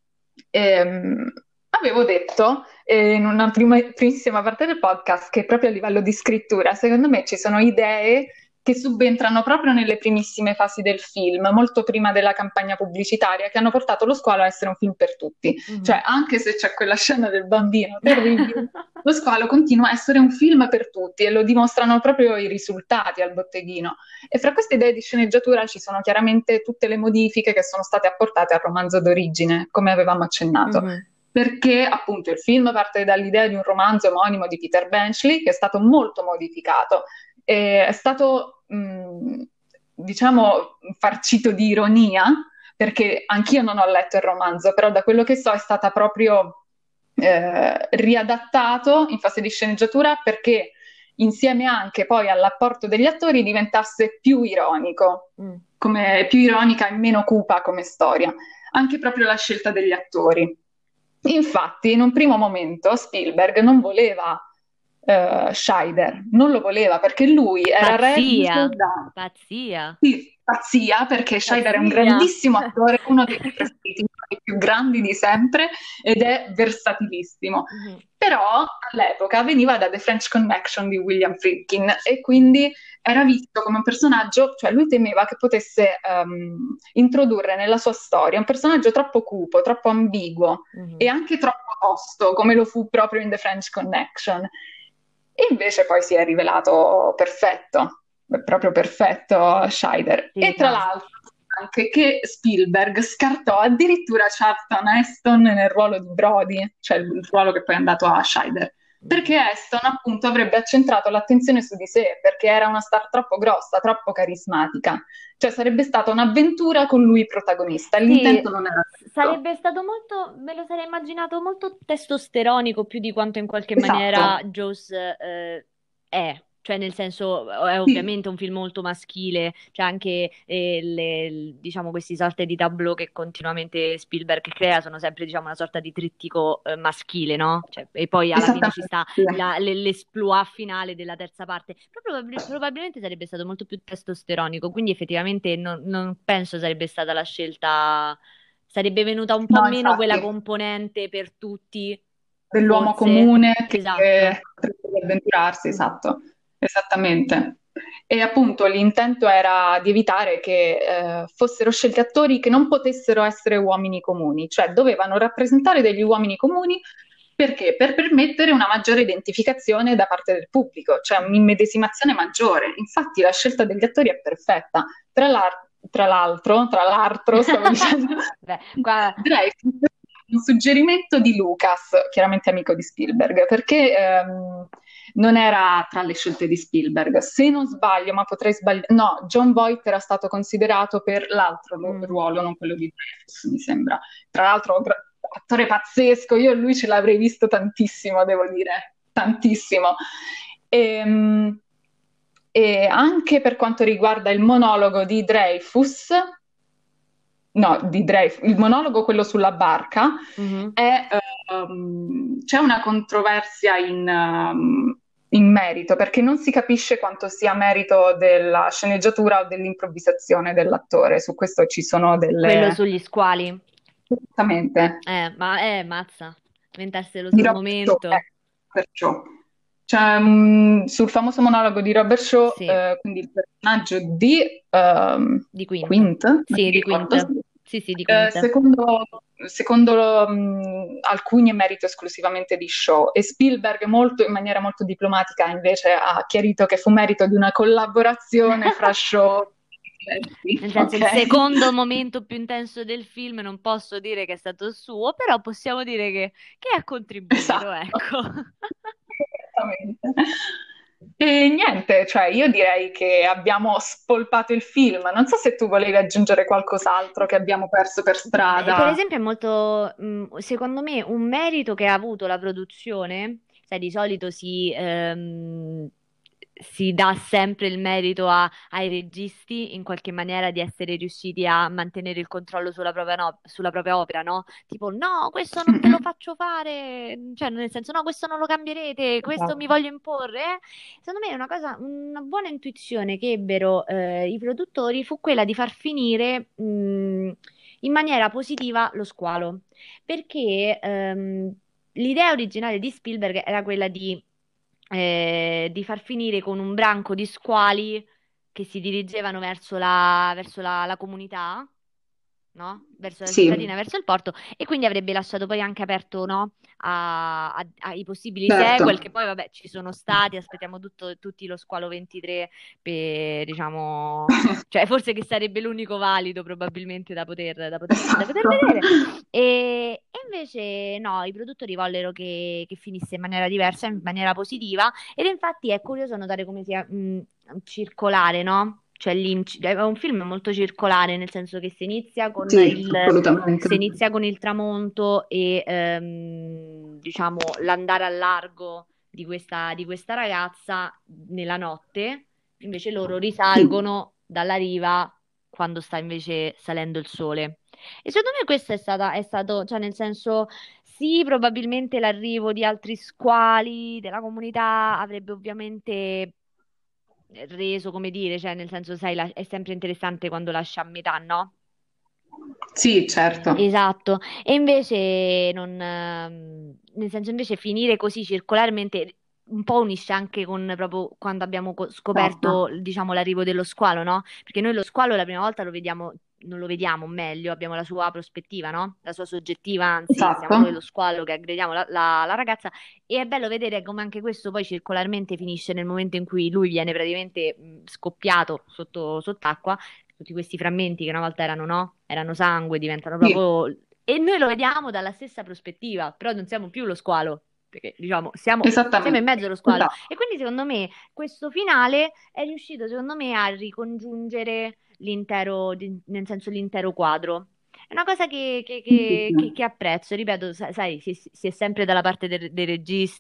ehm, avevo detto eh, in una prima- primissima parte del podcast che proprio a livello di scrittura, secondo me ci sono idee che subentrano proprio nelle primissime fasi del film, molto prima della campagna pubblicitaria, che hanno portato lo squalo a essere un film per tutti. Cioè, Mhm. anche se c'è quella scena del bambino terribile, lo squalo continua a essere un film per tutti e lo dimostrano proprio i risultati al botteghino. E fra queste idee di sceneggiatura ci sono chiaramente tutte le modifiche che sono state apportate al romanzo d'origine, come avevamo accennato. Mhm. Perché appunto il film parte dall'idea di un romanzo omonimo di Peter Benchley che è stato molto modificato. E è stato, mh, diciamo, farcito di ironia, perché anch'io non ho letto il romanzo, però da quello che so è stata proprio eh, riadattato in fase di sceneggiatura perché insieme anche poi all'apporto degli attori diventasse più ironico, Mm. come, più ironica e meno cupa come storia, anche proprio la scelta degli attori. Infatti, in un primo momento Spielberg non voleva eh, Scheider, non lo voleva perché lui era Pazzia, reduce da pazzia, sì, pazzia, perché Scheider è un pazzia. grandissimo attore, uno dei miei preferiti, uno dei più grandi di sempre ed è versatilissimo. Mhm. Però all'epoca veniva da The French Connection di William Friedkin e quindi era visto come un personaggio, cioè lui temeva che potesse ehm, introdurre nella sua storia un personaggio troppo cupo, troppo ambiguo e Mhm. anche troppo tosto, come lo fu proprio in The French Connection. E invece poi si è rivelato perfetto, proprio perfetto Scheider. Sì, E tra no. l'altro anche che Spielberg scartò addirittura Charlton Heston nel ruolo di Brody, cioè il ruolo che poi è andato a Scheider, Mhm. perché Heston appunto avrebbe accentrato l'attenzione su di sé, perché era una star troppo grossa, troppo carismatica. Cioè sarebbe stata un'avventura con lui protagonista, Sì, l'intento non era questo. sarebbe stato molto, me lo sarei immaginato molto testosteronico più di quanto in qualche Esatto, maniera Jaws eh, è. Cioè, nel senso, è sì, ovviamente un film molto maschile, c'è anche eh, le- diciamo, questi sorte di tableau che continuamente Spielberg crea, sono sempre, diciamo, una sorta di trittico eh, maschile, no? Cioè, e poi alla fine ci esattamente, sta sì. la- le- l'esploit finale della terza parte. Però probabil- probabilmente sarebbe stato molto più testosteronico, quindi effettivamente non, non penso sarebbe stata la scelta, sarebbe venuta un po' No, meno quella infatti. componente per tutti, Dell'uomo forse. comune che Esatto. potrebbe avventurarsi, Mhm. esatto, esattamente. E appunto l'intento era di evitare che eh, fossero scelti attori che non potessero essere uomini comuni, cioè dovevano rappresentare degli uomini comuni perché? Per permettere una maggiore identificazione da parte del pubblico, cioè un'immedesimazione maggiore. Infatti la scelta degli attori è perfetta. Tra l'ar- tra l'altro, tra l'altro, stavo dicendo, Beh, qua direi un suggerimento di Lucas, chiaramente amico di Spielberg, perché ehm, non era tra le scelte di Spielberg. Se non sbaglio, ma potrei sbagliare, no, John Voight era stato considerato per l'altro lo- mm, ruolo, non quello di Dreyfus, mi sembra. Tra l'altro, gra- attore pazzesco, io lui ce l'avrei visto tantissimo, devo dire, tantissimo. E, e anche per quanto riguarda il monologo di Dreyfus, no, di Dreyfus, il monologo, quello sulla barca, Mhm. è, ehm, c'è una controversia in, ehm, in merito, perché non si capisce quanto sia merito della sceneggiatura o dell'improvvisazione dell'attore. Su questo ci sono Quello delle... sugli squali. Esattamente, Eh, ma eh, mazza, inventarselo di sul Robert Shaw, momento. eh, perciò. Cioè, mh, sul famoso monologo di Robert Shaw, Sì, eh, quindi il personaggio di ehm, di Quint. Quint, non Sì, mi di ricordo, Quint. sì. Sì, sì, di Eh, Quint. secondo, secondo mh, alcuni è merito esclusivamente di Shaw, e Spielberg molto, in maniera molto diplomatica invece ha chiarito che fu merito di una collaborazione fra Shaw e Nel Spielberg, senso, ok? il secondo momento più intenso del film non posso dire che è stato il suo, però possiamo dire che, che ha contribuito, Esatto. ecco. Esattamente. E niente, cioè io direi che abbiamo spolpato il film. Non so se tu volevi aggiungere qualcos'altro che abbiamo perso per Beh, per strada. esempio, è molto, mh, secondo me, un merito che ha avuto la produzione. Sai, di solito si, ehm, si dà sempre il merito a- ai registi in qualche maniera di essere riusciti a mantenere il controllo sulla propria, no- sulla propria opera, no? Tipo, no, questo non te lo Mm-mm. faccio fare, cioè, nel senso, no, questo non lo cambierete, questo mi Esatto. voglio imporre. eh. Secondo me, è una cosa, una buona intuizione che ebbero, eh, i produttori fu quella di far finire, mh, in maniera positiva lo squalo, perché ehm, l'idea originale di Spielberg era quella di, eh, di far finire con un branco di squali che si dirigevano verso la, verso la, la comunità, no? Verso la cittadina, Sì, verso il porto, e quindi avrebbe lasciato poi anche aperto, no? a- a- ai possibili certo. sequel, che poi, vabbè, ci sono stati. Aspettiamo tutto- tutti lo Squalo ventitré per, diciamo, cioè forse che sarebbe l'unico valido probabilmente da poter, da poter, da poter Esatto. vedere. E, e invece no, i produttori vollero che, che finisse in maniera diversa, in maniera positiva, ed infatti è curioso notare come sia mh, circolare, no? Cioè, l'inc- è un film molto circolare, nel senso che si inizia con Sì, il, assolutamente. si inizia con il tramonto e, ehm, diciamo, l'andare a largo di questa, di questa ragazza nella notte, invece loro Sì. risalgono dalla riva quando sta invece salendo il sole. E secondo me questo è stata, è stato, cioè nel senso, sì, probabilmente l'arrivo di altri squali della comunità avrebbe ovviamente reso, come dire, cioè nel senso, sai, la- è sempre interessante quando lascia a metà, no? Sì, certo. Esatto, e invece non, ehm, nel senso invece finire così circolarmente un po' unisce anche con proprio quando abbiamo co- Esatto. scoperto, diciamo, l'arrivo dello squalo, no? Perché noi lo squalo la prima volta lo vediamo, non lo vediamo meglio, abbiamo la sua prospettiva, no? La sua soggettiva, anzi, siamo noi lo Esatto. squalo che aggrediamo la, la- la ragazza, e è bello vedere come anche questo poi circolarmente finisce nel momento in cui lui viene praticamente mh, scoppiato sotto, sott'acqua, tutti questi frammenti che una volta erano, no? Erano sangue, diventano Sì, proprio... E noi lo vediamo dalla stessa prospettiva, però non siamo più lo squalo, perché diciamo siamo, siamo in esattamente. mezzo allo squalo. Esatto. E quindi secondo me questo finale è riuscito, secondo me, a ricongiungere l'intero, di- nel senso l'intero quadro. È una cosa che, che- Sì, sì, che- che- sì. che apprezzo, ripeto, sa- sai, si, si è sempre dalla parte dei, dei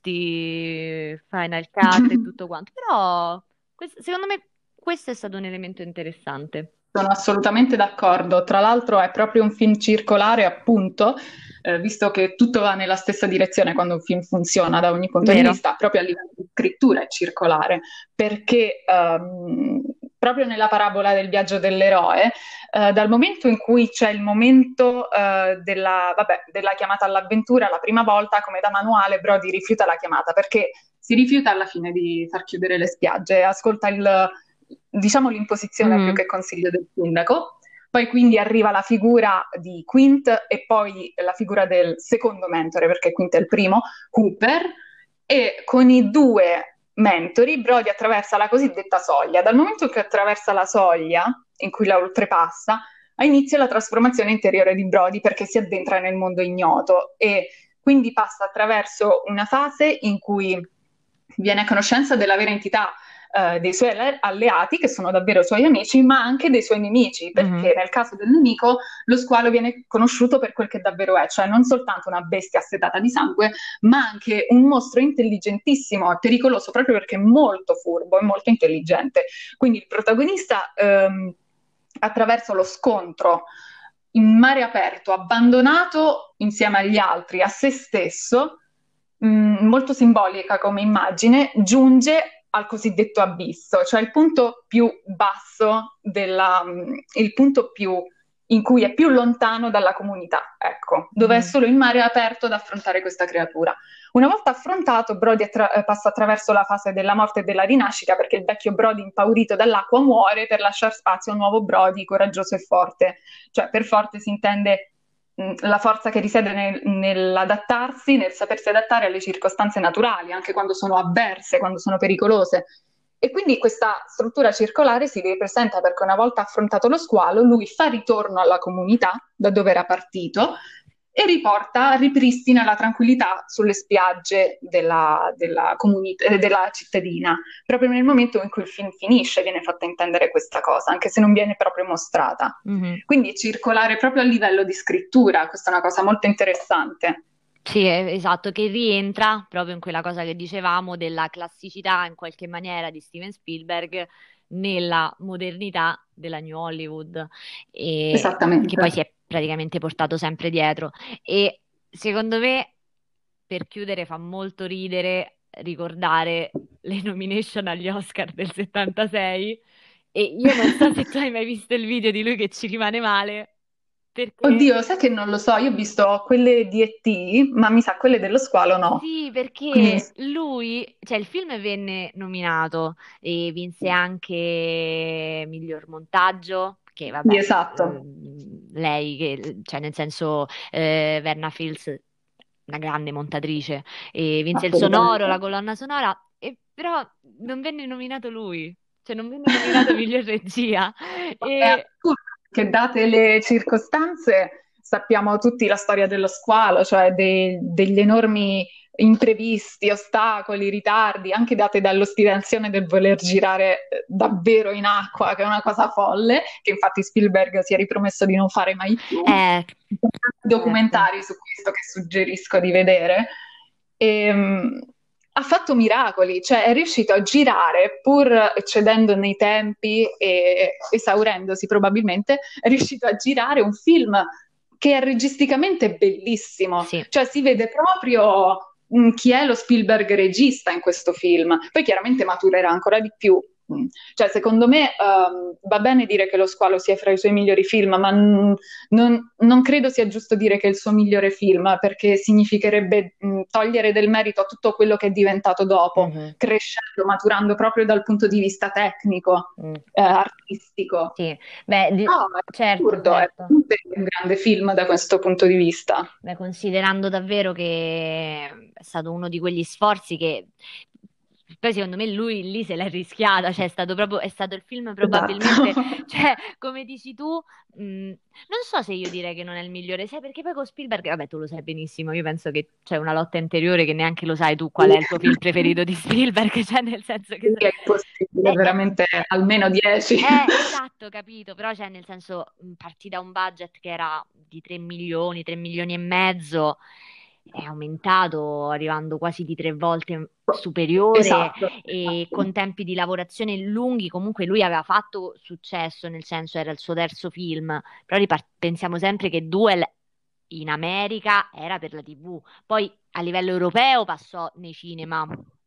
registi, Final Cut e tutto quanto, però quest- secondo me questo è stato un elemento interessante. Sono assolutamente d'accordo. Tra l'altro è proprio un film circolare, appunto, eh, visto che tutto va nella stessa direzione quando un film funziona da ogni punto di Vero? vista, proprio a livello di scrittura è circolare, perché ehm, proprio nella parabola del viaggio dell'eroe, eh, dal momento in cui c'è il momento eh, della, vabbè, della chiamata all'avventura, la prima volta, come da manuale, Brody rifiuta la chiamata perché si rifiuta alla fine di far chiudere le spiagge, ascolta il, diciamo, l'imposizione più Mhm. che consiglio del sindaco. Poi quindi arriva la figura di Quint e poi la figura del secondo mentore, perché Quint è il primo, Cooper, e con i due mentori Brody attraversa la cosiddetta soglia. Dal momento che attraversa la soglia, in cui la oltrepassa, ha inizio la trasformazione interiore di Brody perché si addentra nel mondo ignoto e quindi passa attraverso una fase in cui viene a conoscenza della vera entità eh, dei suoi alleati, che sono davvero suoi amici, ma anche dei suoi nemici, Mhm. perché nel caso del nemico lo squalo viene conosciuto per quel che davvero è, cioè non soltanto una bestia assetata di sangue, ma anche un mostro intelligentissimo e pericoloso proprio perché è molto furbo e molto intelligente. Quindi il protagonista, ehm, attraverso lo scontro in mare aperto, abbandonato insieme agli altri, a se stesso, mh, molto simbolica come immagine, giunge al cosiddetto abisso, cioè il punto più basso della, mh, il punto più in cui è più lontano dalla comunità, ecco, dove è Mhm. solo in mare aperto ad affrontare questa creatura. Una volta affrontato, Brody attra- eh, passa attraverso la fase della morte e della rinascita perché il vecchio Brody, impaurito dall'acqua, muore per lasciare spazio a un nuovo Brody coraggioso e forte. Cioè, per forte si intende mh, la forza che risiede nel- nell'adattarsi, nel sapersi adattare alle circostanze naturali, anche quando sono avverse, quando sono pericolose. E quindi questa struttura circolare si ripresenta perché una volta affrontato lo squalo, lui fa ritorno alla comunità da dove era partito e riporta, ripristina la tranquillità sulle spiagge della, della, comunità, eh, della cittadina. Proprio nel momento in cui il film finisce viene fatta intendere questa cosa, anche se non viene proprio mostrata. Mhm. Quindi circolare proprio a livello di scrittura, questa è una cosa molto interessante. Sì, eh, esatto, che rientra proprio in quella cosa che dicevamo della classicità in qualche maniera di Steven Spielberg nella modernità della New Hollywood, e che Esattamente. poi si è praticamente portato sempre dietro. E secondo me, per chiudere, fa molto ridere ricordare le nomination agli Oscar del settantasei. E io non so se tu hai mai visto il video di lui che ci rimane male, perché Oddio, sai che non lo so, io ho visto quelle di E T, ma mi sa quelle dello squalo no. sì, Quindi, perché lui, cioè il film venne nominato e vinse anche miglior montaggio, che sì, vabbè, esatto. ehm, lei, che, cioè nel senso eh, Verna Fields, una grande montatrice, e vinse il sonoro, Assolutamente. la colonna sonora, e però non venne nominato lui, cioè non venne nominato miglior regia. È E assurdo che date le circostanze sappiamo tutti la storia dello squalo, cioè dei- degli enormi imprevisti, ostacoli, ritardi, anche date dall'ostinazione del voler girare eh, davvero in acqua, che è una cosa folle, che infatti Spielberg si è ripromesso di non fare mai più. eh, Ci sono tanti certo. documentari su questo che suggerisco di vedere. E, mh, ha fatto miracoli, cioè è riuscito a girare pur eccedendo nei tempi e esaurendosi probabilmente, è riuscito a girare un film che è registicamente bellissimo, Sì. cioè si vede proprio mh, chi è lo Spielberg regista in questo film. Poi chiaramente maturerà ancora di più. Mm. Cioè, secondo me ehm, va bene dire che Lo squalo sia fra i suoi migliori film, ma n- non, non credo sia giusto dire che è il suo migliore film, perché significherebbe mh, togliere del merito a tutto quello che è diventato dopo, Mhm. crescendo, maturando proprio dal punto di vista tecnico, Mm. eh, artistico. Sì, beh, di- No, è certo, assurdo, è certo. veramente un grande film da questo punto di vista. Beh, considerando davvero che è stato uno di quegli sforzi che poi secondo me lui lì se l'è rischiata, cioè è stato proprio, è stato il film Esatto. probabilmente, cioè come dici tu, mh, non so se io direi che non è il migliore, sai perché poi con Spielberg, vabbè tu lo sai benissimo, io penso che c'è una lotta interiore che neanche lo sai tu qual Sì. è il tuo film preferito di Spielberg, cioè nel senso che... Sì, è impossibile, è, è- veramente almeno dieci. eh, esatto, capito, però cioè nel senso mh, partì da un budget che era di tre milioni, tre milioni e mezzo, è aumentato arrivando quasi di tre volte superiore Esatto, e esatto. con tempi di lavorazione lunghi, comunque lui aveva fatto successo, nel senso era il suo terzo film, però ripar- pensiamo sempre che Duel in America era per la T V, poi a livello europeo passò nei cinema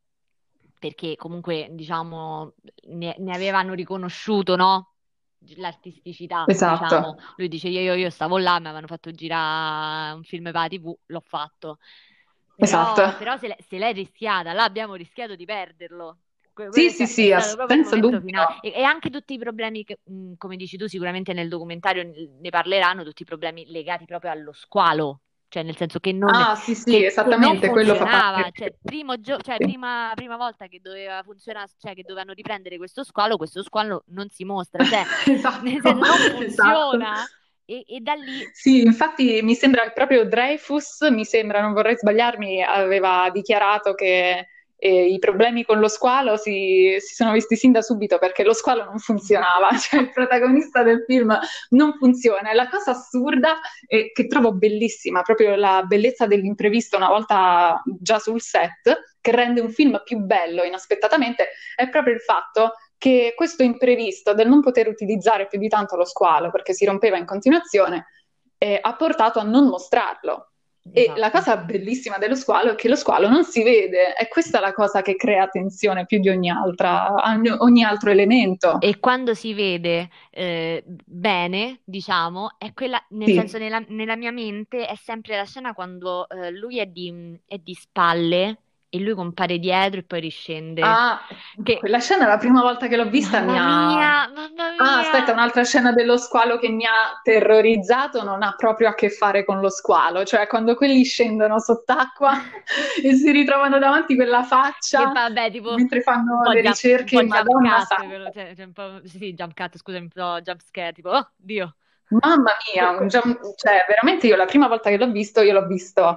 perché comunque, diciamo, ne, ne avevano riconosciuto, no? L'artisticità, diciamo. Esatto, Lui dice, io, io, io stavo là, mi avevano fatto girare un film per la T V, l'ho fatto. esatto. Però, però se, l'è- se l'è rischiata, là abbiamo rischiato di perderlo. Que- Quello Sì, è, sì, sta- è sì, stato ass- proprio il senza momento dubbio. finale. E, e anche tutti i problemi che, mh, come dici tu, sicuramente nel documentario ne ne parleranno, tutti i problemi legati proprio allo squalo. Cioè, nel senso che non, Ah, sì, sì, che, che non esattamente, quello fa parte. funzionava, cioè, primo gio- cioè Sì. prima, prima volta che doveva funzionare, cioè che dovevano riprendere questo squalo, questo squalo non si mostra, cioè nel Esatto, senso non esatto. funziona e, e da lì Sì, infatti mi sembra che proprio Dreyfus, mi sembra, non vorrei sbagliarmi, aveva dichiarato che eh, i problemi con lo squalo si, si sono visti sin da subito perché lo squalo non funzionava, cioè il protagonista del film non funziona. E la cosa assurda e che trovo bellissima, proprio la bellezza dell'imprevisto una volta già sul set, che rende un film più bello inaspettatamente, è proprio il fatto che questo imprevisto del non poter utilizzare più di tanto lo squalo perché si rompeva in continuazione eh, ha portato a non mostrarlo. E la Esatto. cosa bellissima dello squalo è che lo squalo non si vede, e questa è la cosa che crea tensione più di ogni altra, ogni ogni altro elemento. E quando si vede eh, bene, diciamo, è quella, nel senso, Sì. nella, nella mia mente è sempre la scena quando eh, lui è di, è di spalle e lui compare dietro e poi riscende. Ah, Che, quella scena la prima volta che l'ho vista mi mamma ha... mia, mamma Ah, aspetta, mia! un'altra scena dello squalo che mi ha terrorizzato non ha proprio a che fare con lo squalo, cioè quando quelli scendono sott'acqua e si ritrovano davanti quella Che faccia vabbè, tipo mentre un fanno po' le jump, un ricerche, po' jump Madonna cut, santa. quello, cioè, cioè un po', sì, sì, jump cut, scusami, un po' jump scare, tipo, oh, Dio. Mamma mia, Que- un que- jump- cioè veramente io la prima volta che l'ho visto, io l'ho visto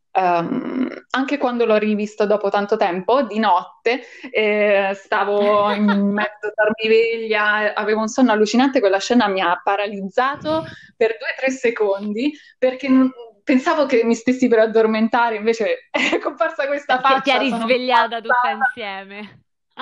ehm, anche quando l'ho rivisto dopo tanto tempo, di notte, eh, stavo in mezzo a dormiveglia, avevo un sonno allucinante, quella scena mi ha paralizzato per due o tre secondi perché non- pensavo che mi stessi per addormentare, invece è comparsa questa Ti, ti faccia, eri sono svegliata tutta impazzata. insieme.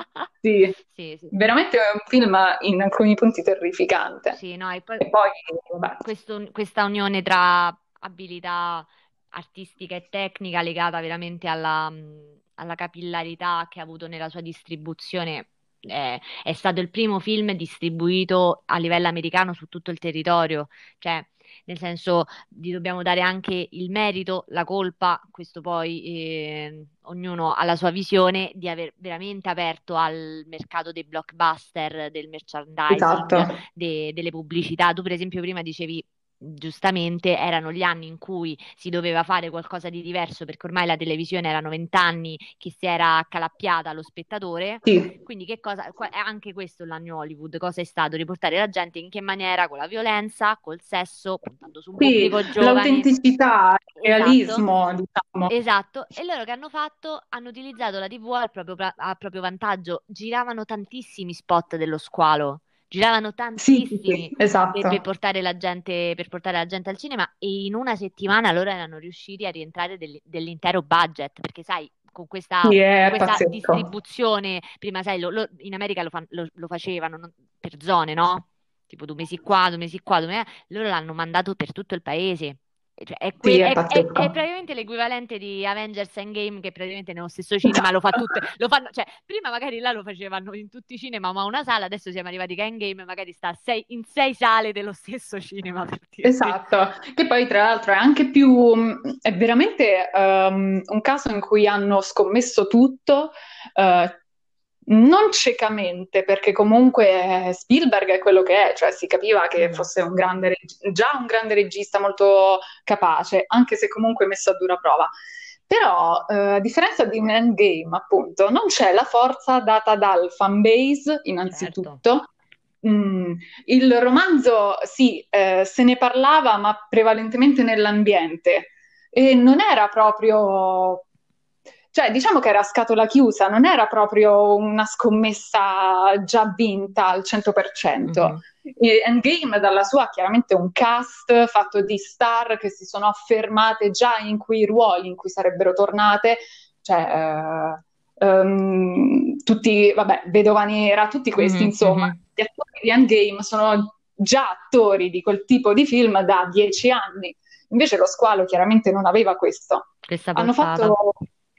Sì, Sì, sì, veramente è un film in alcuni punti terrificante. sì, no, e poi E poi, vabbè. questo- questa unione tra abilità artistica e tecnica legata veramente alla, mh, alla capillarità che ha avuto nella sua distribuzione. eh, è stato il primo film distribuito a livello americano su tutto il territorio, cioè nel senso gli dobbiamo dare anche il merito, la colpa, questo poi eh, ognuno ha la sua visione, di aver veramente aperto al mercato dei blockbuster, del Esatto. merchandising, de- delle pubblicità. Tu, per esempio, prima dicevi. Giustamente erano gli anni in cui si doveva fare qualcosa di diverso perché ormai la televisione erano vent'anni che si era accalappiata allo spettatore. Sì, Quindi, che cosa, qua- è anche questo la New Hollywood, cosa è stato? Riportare la gente in che maniera? Con la violenza, col sesso, puntando su un sì, pubblico giovane. l'autenticità, il Esatto, realismo, diciamo. esatto. E loro che hanno fatto? Hanno utilizzato la T V al proprio, pra- a proprio vantaggio. Giravano tantissimi spot dello squalo, giravano Sì, sì, tantissimi sì, per, per esatto. portare la gente, per portare la gente al cinema e in una settimana loro erano riusciti a rientrare del- dell'intero budget, perché sai, con questa, Sì, con è questa pazzesco. distribuzione, prima sai, lo- lo- in America lo, fan- lo- lo facevano non- per zone, no? Tipo due mesi qua, due mesi qua, due mesi... loro l'hanno mandato per tutto il paese. Cioè, è, Sì, que- è è- è- è pazzesco. praticamente l'equivalente di Avengers Endgame che praticamente nello stesso cinema lo fa tutte, lo fanno, cioè prima magari là lo facevano in tutti i cinema ma una sala, adesso siamo arrivati che Endgame magari sta a sei- in sei sale dello stesso cinema per dirti. Esatto, che poi tra l'altro è anche più, è veramente ehm, un caso in cui hanno scommesso tutto, eh, non ciecamente, perché comunque Spielberg è quello che è, cioè si capiva che Mhm. fosse un grande, reg- già un grande regista molto capace, anche se comunque messo a dura prova. Però, eh, a differenza di un Endgame, appunto, non c'è la forza data dal fan base, Certo. innanzitutto. Mm, il romanzo, sì, eh, se ne parlava, ma prevalentemente nell'ambiente. E non era proprio, cioè diciamo che era a scatola chiusa, non era proprio una scommessa già vinta al cento per cento. Mhm. E Endgame dalla sua ha chiaramente un cast fatto di star che si sono affermate già in quei ruoli in cui sarebbero tornate, cioè eh, ehm, tutti, vabbè, Vedova Nera, tutti questi, Mhm, insomma, mhm. gli attori di Endgame sono già attori di quel tipo di film da dieci anni. Invece lo squalo chiaramente non aveva questo. Questa Hanno portata. fatto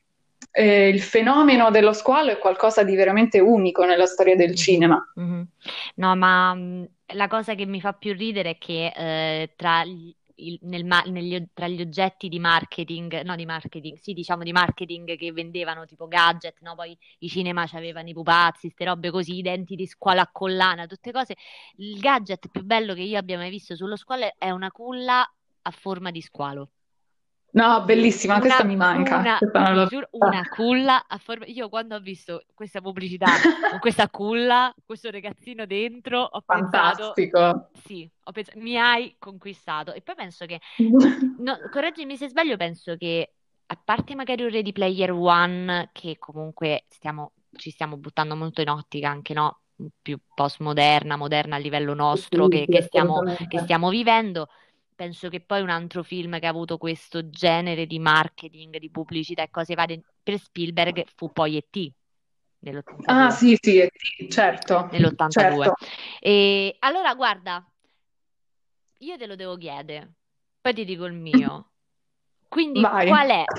eh, il fenomeno dello squalo è qualcosa di veramente unico nella storia del Mhm, cinema. mhm. No, ma mh, la cosa che mi fa più ridere è che eh, tra gli, il- nel ma- negli o- tra gli oggetti di marketing, no di marketing, sì, diciamo di marketing che vendevano tipo gadget, no? Poi i cinema c'avevano i pupazzi, ste robe così, i denti di squalo a collana, tutte cose. Il gadget più bello che io abbia mai visto sullo squalo è una culla a forma di squalo. No, bellissima, Una, questa mi manca. una, Questa non ti l'ho giuro, vista. una culla a forma... Io quando ho visto questa pubblicità con questa culla, questo ragazzino dentro, ho pensato, Fantastico. sì, ho pensato, mi hai conquistato. E poi penso che, no, correggimi se sbaglio, penso che, a parte magari un Ready Player One, che comunque stiamo, ci stiamo buttando molto in ottica anche, no? Più postmoderna, moderna a livello nostro, Sì, che, sì, che stiamo che assolutamente. stiamo vivendo. Penso che poi un altro film che ha avuto questo genere di marketing, di pubblicità e cose varie per Spielberg fu poi E T Ah, nell'ottantadue. sì, sì, sì, certo, Nell'ottantadue. certo. E allora, guarda, io te lo devo chiedere. poi ti dico il mio. Quindi Vai. qual è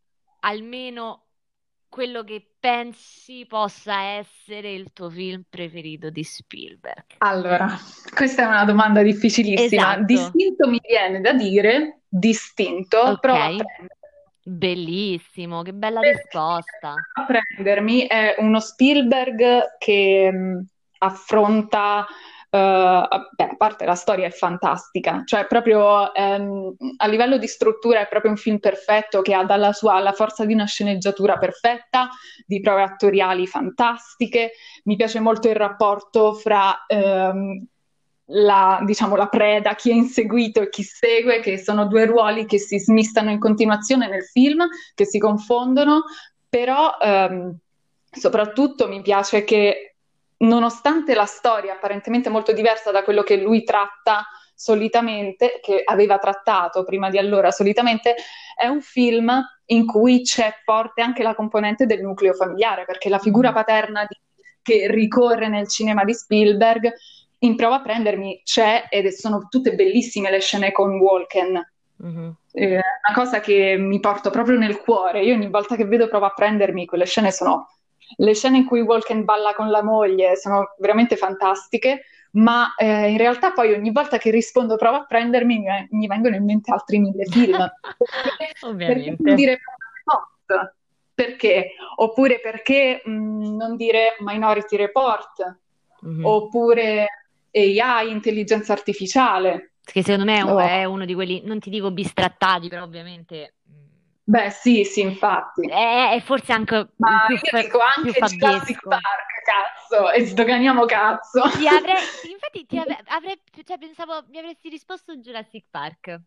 almeno quello che pensi possa essere il tuo film preferito di Spielberg? Allora, questa è una domanda difficilissima. Esatto, Distinto mi viene da dire, distinto, ok, prova a prendere. bellissimo, che bella Perché risposta. a prendermi è uno Spielberg che mh, affronta, eh, a beh, a parte la storia è fantastica, cioè proprio ehm, a livello di struttura è proprio un film perfetto che ha dalla sua la forza di una sceneggiatura perfetta, di prove attoriali fantastiche. Mi piace molto il rapporto fra ehm, la, diciamo, la preda, chi è inseguito e chi segue, che sono due ruoli che si smistano in continuazione nel film, che si confondono, però ehm, soprattutto mi piace che nonostante la storia apparentemente molto diversa da quello che lui tratta solitamente, che aveva trattato prima di allora solitamente, è un film in cui c'è forte anche la componente del nucleo familiare, perché la figura Mhm, paterna di- che ricorre nel cinema di Spielberg in Prova a prendermi c'è ed sono tutte bellissime le scene con Walken. mhm. È una cosa che mi porto proprio nel cuore. Io ogni volta che vedo Prova a prendermi, quelle scene sono le scene in cui Walken balla con la moglie, sono veramente fantastiche, ma eh, in realtà poi ogni volta che rispondo Prova a prendermi mi, mi vengono in mente altri mille film. Perché, perché non Ovviamente. dire Hot? Perché? Oppure perché mh, non dire Minority Report? Mhm. Oppure A I, intelligenza artificiale. Che secondo me è, un- Oh, è uno di quelli, non ti dico bistrattati, però ovviamente mm, beh, sì, sì, infatti. è, è forse anche Ma più, io fa- dico più anche Jurassic fabbesco. Park, cazzo, e sdoganiamo cazzo. Ti avrei, ti- infatti ti ave- avrei, cioè pensavo mi avresti risposto Jurassic Park.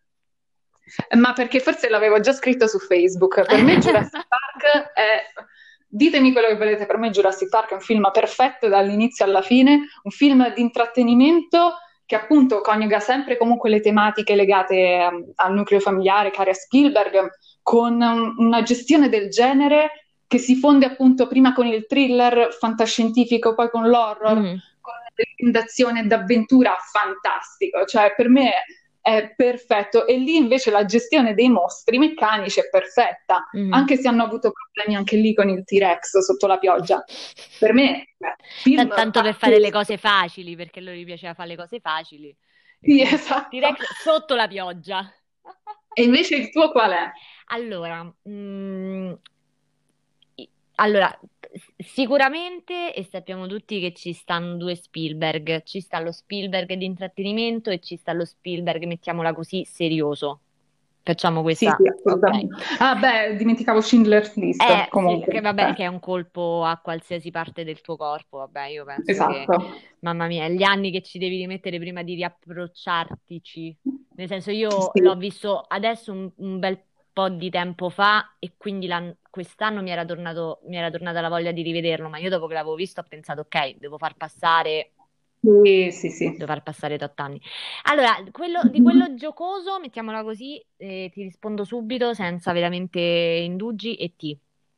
Ma perché forse l'avevo già scritto su Facebook. Per me Jurassic Park è... Ditemi quello che volete, per me Jurassic Park è un film perfetto dall'inizio alla fine, un film di intrattenimento che appunto coniuga sempre comunque le tematiche legate um, al nucleo familiare, care a Spielberg, con um, una gestione del genere che si fonde appunto prima con il thriller fantascientifico, poi con l'horror, Mhm, con l'azione d'avventura fantastico. Cioè, per me è perfetto. E lì invece la gestione dei mostri meccanici è perfetta, mhm. anche se hanno avuto problemi anche lì con il T-Rex sotto la pioggia. Per me, beh, film T- Tanto per fare le pazzesco. cose facili, perché a loro gli piaceva fare le cose facili. E Sì, quindi esatto. T-Rex sotto la pioggia. E invece il tuo qual è? Allora, mm, i- allora, s- sicuramente, e sappiamo tutti che ci stanno due Spielberg, ci sta lo Spielberg di intrattenimento e ci sta lo Spielberg, mettiamola così, serioso. Facciamo Sì, questa, sì, ok. assolutamente. Ah, beh, dimenticavo Schindler's List, Eh sì, comunque. che vabbè, che è Eh, un colpo a qualsiasi parte del tuo corpo, vabbè, io penso che, esatto. mamma mia, gli anni che ci devi rimettere prima di riapprocciartici. Nel senso, io Sì. l'ho visto adesso un, un bel po' di tempo fa e quindi l'an- quest'anno mi era tornato, mi era tornata la voglia di rivederlo, ma io dopo che l'avevo visto ho pensato, ok, devo far passare, Sì, sì, sì. devo far passare tot anni. Allora, quello- di quello giocoso, mettiamola così, eh, ti rispondo subito senza veramente indugi e ti.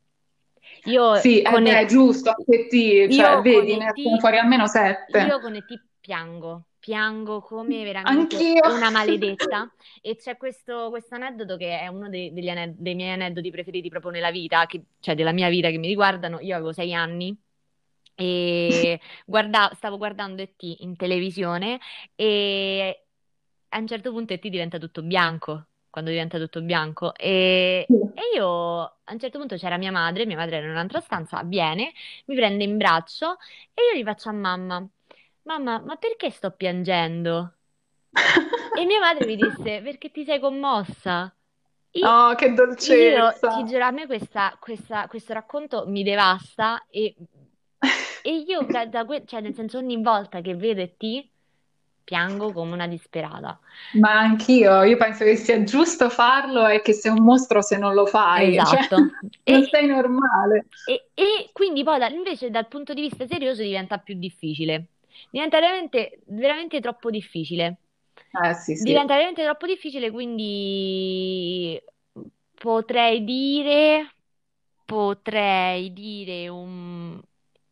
Io Sì, eh con, beh, E- giusto, anche ti, cioè, io con vedi, ne sono E T, fuori almeno sette. io con E T piango, piango come veramente Anch'io. una maledetta. E c'è questo, questo aneddoto che è uno dei, degli ane- dei miei aneddoti preferiti proprio nella vita, che- cioè della mia vita che mi riguardano. Io avevo sei anni e guarda- stavo guardando E T in televisione e a un certo punto E T diventa tutto bianco, quando diventa tutto bianco. E, e io a un certo punto c'era mia madre, mia madre era in un'altra stanza, viene, mi prende in braccio e io gli faccio a mamma, mamma, ma perché sto piangendo? E mia madre mi disse, perché ti sei commossa? Io, Oh, che io ti dolcezza. giuro, a me questa- questa- questo racconto mi devasta e, e io, da, da que- cioè nel senso ogni volta che vedo E T piango come una disperata. Ma anch'io, io penso che sia giusto farlo e che sei un mostro se non lo fai, cioè Esatto. non E, sei normale. e- e quindi poi da- invece dal punto di vista serioso diventa più difficile. Diventa veramente, veramente troppo difficile. Eh sì, sì. Diventa veramente troppo difficile, quindi potrei dire, potrei dire un...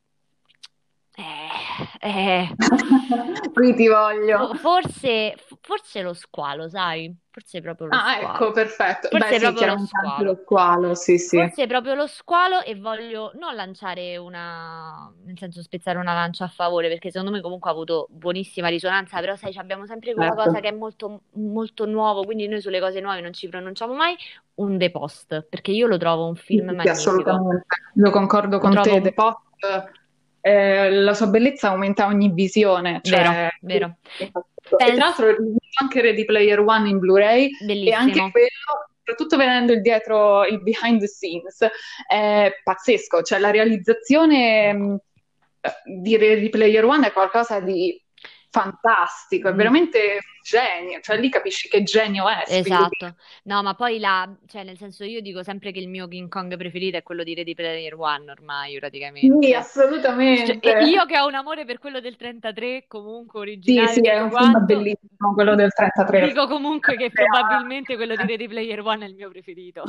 Eh, eh, Qui ti voglio. fo- forse, forse lo squalo, sai? forse proprio lo Ah, ecco, squalo. perfetto. Beh, Forse sì, proprio lo chiaramente anche squalo. lo squalo, sì, sì. Forse proprio lo squalo e voglio non lanciare una, nel senso spezzare una lancia a favore, perché secondo me comunque ha avuto buonissima risonanza, però sai, abbiamo sempre quella Certo. cosa che è molto, molto nuovo, quindi noi sulle cose nuove non ci pronunciamo mai. Un The Post, perché io lo trovo un Sì, film sì, sì, magnifico. assolutamente. Io concordo Lo con trovo te, The un- Post, eh, la sua bellezza aumenta ogni visione, vero, cioè... vero. E tra Penso, l'altro ho visto anche Ready Player One in Blu-ray e anche bellissimo. quello, soprattutto vedendo il dietro, il behind the scenes, è pazzesco. Cioè la realizzazione No. mh, di Ready Player One è qualcosa di fantastico, è Mm, veramente un genio, cioè lì capisci che genio è Spielberg. esatto, no, ma poi la, cioè nel senso io dico sempre che il mio King Kong preferito è quello di Ready Player One ormai Sì, praticamente. Cioè, e io assolutamente. che ho un amore per quello del trentatré, comunque Sì, originale, sì, è tutto un film quanto, bellissimo, quello di- del trentatré. dico comunque che probabilmente quello di Ready Player One è il mio preferito.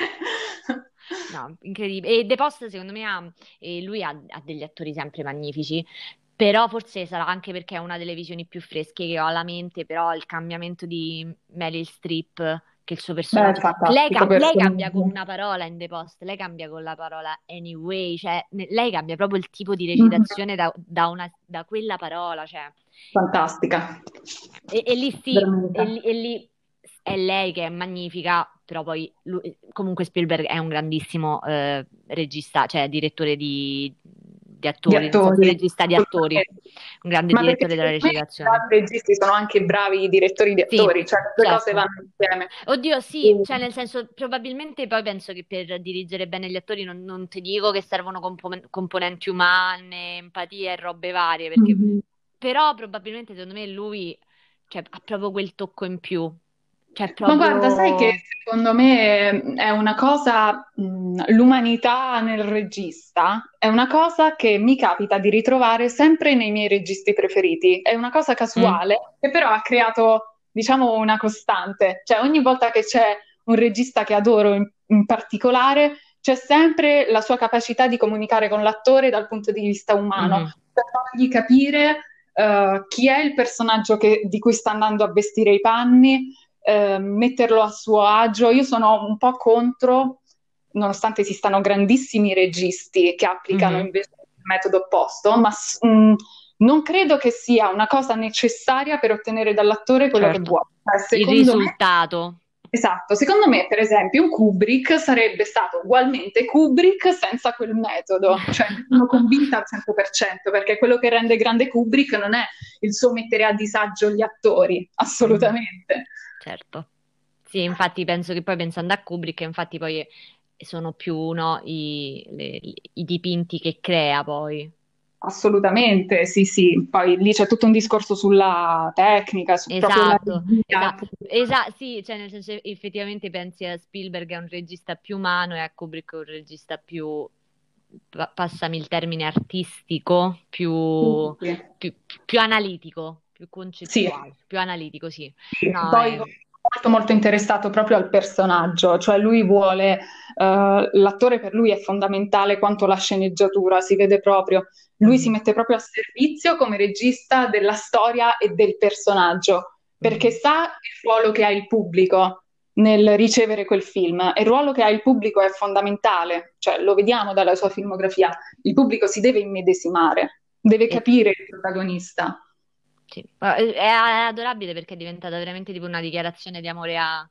No, incredibile. E The Post secondo me ha, e lui ha, ha degli attori sempre magnifici, però forse sarà anche perché è una delle visioni più fresche che ho alla mente, però il cambiamento di Meryl Streep, che il suo Beh, è personaggio... Lei, fantastico cam- lei cambia con personaggio. una parola in The Post, lei cambia con la parola anyway, cioè ne- lei cambia proprio il tipo di Mhm. recitazione da, da una- da quella parola, cioè... Fantastica, E, e lì sì, e veramente. lì, e lì è lei che è magnifica, però poi lui- comunque Spielberg è un grandissimo eh, regista, cioè direttore di, di Di attori, nel senso attori, regista di attori, assolutamente. un grande Ma perché direttore della secondo me i recitazione. bravi registi sono anche bravi direttori di Sì, attori, cioè le due cose certo. vanno insieme. Oddio, sì, E- cioè nel senso, probabilmente poi penso che per dirigere bene gli attori non, non ti dico che servono compo- componenti umane, empatia e robe varie, perché Mhm. però probabilmente secondo me lui cioè, ha proprio quel tocco in più, cioè Ma guarda, sai che proprio... secondo me è una cosa, mh, l'umanità nel regista è una cosa che mi capita di ritrovare sempre nei miei registi preferiti. È una cosa Mm, casuale che però ha creato, diciamo, una costante. Cioè ogni volta che c'è un regista che adoro in, in particolare, c'è sempre la sua capacità di comunicare con l'attore dal punto di vista umano, mhm, per fargli capire eh, chi è il personaggio che- di cui sta andando a vestire i panni, eh, metterlo a suo agio. Io sono un po' contro, nonostante esistano grandissimi registi che applicano mhm, invece il metodo opposto, ma s- mh, non credo che sia una cosa necessaria per ottenere dall'attore quello che certo. vuole. Cioè, Il secondo me, risultato. esatto, secondo me, per esempio, un Kubrick sarebbe stato ugualmente Kubrick senza quel metodo. Cioè, ne sono convinta al cento per cento, perché quello che rende grande Kubrick non è il suo mettere a disagio gli attori, Mhm, assolutamente. certo. Sì, infatti penso che poi pensando a Kubrick, infatti poi sono più no, i, le- i dipinti che crea poi. Assolutamente, sì, sì. Poi lì c'è tutto un discorso sulla tecnica, su proprio la Esatto, regia. esatto, esa- sì, cioè nel senso effettivamente pensi a Spielberg è un regista più umano e a Kubrick è un regista più, pa- passami il termine artistico, più, Sì, più, più analitico, più sì. concettuale, più analitico, sì. Sì. No, Poi è... molto molto interessato proprio al personaggio, cioè lui vuole, eh, l'attore per lui è fondamentale quanto la sceneggiatura, si vede proprio, lui si Mhm, mette proprio a servizio come regista della storia e del personaggio, perché mhm. sa il ruolo che ha il pubblico nel ricevere quel film e il ruolo che ha il pubblico è fondamentale, cioè lo vediamo dalla sua filmografia, il pubblico si deve immedesimare, deve E- capire il protagonista. sì. Ma È, è adorabile perché è diventata veramente tipo una dichiarazione di amore a,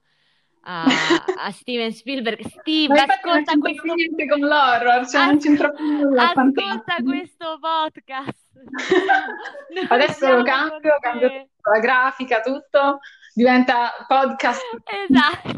a, a Steven Spielberg. Ma Steve, infatti non ascolta c'entra più questo, niente con l'horror, cioè non asco- c'entra più nulla, è ascolta fantastico. questo podcast. Noi siamo, noi Adesso lo siamo con cambio, cambio te. tutto, la grafica, tutto, diventa podcast. Esatto.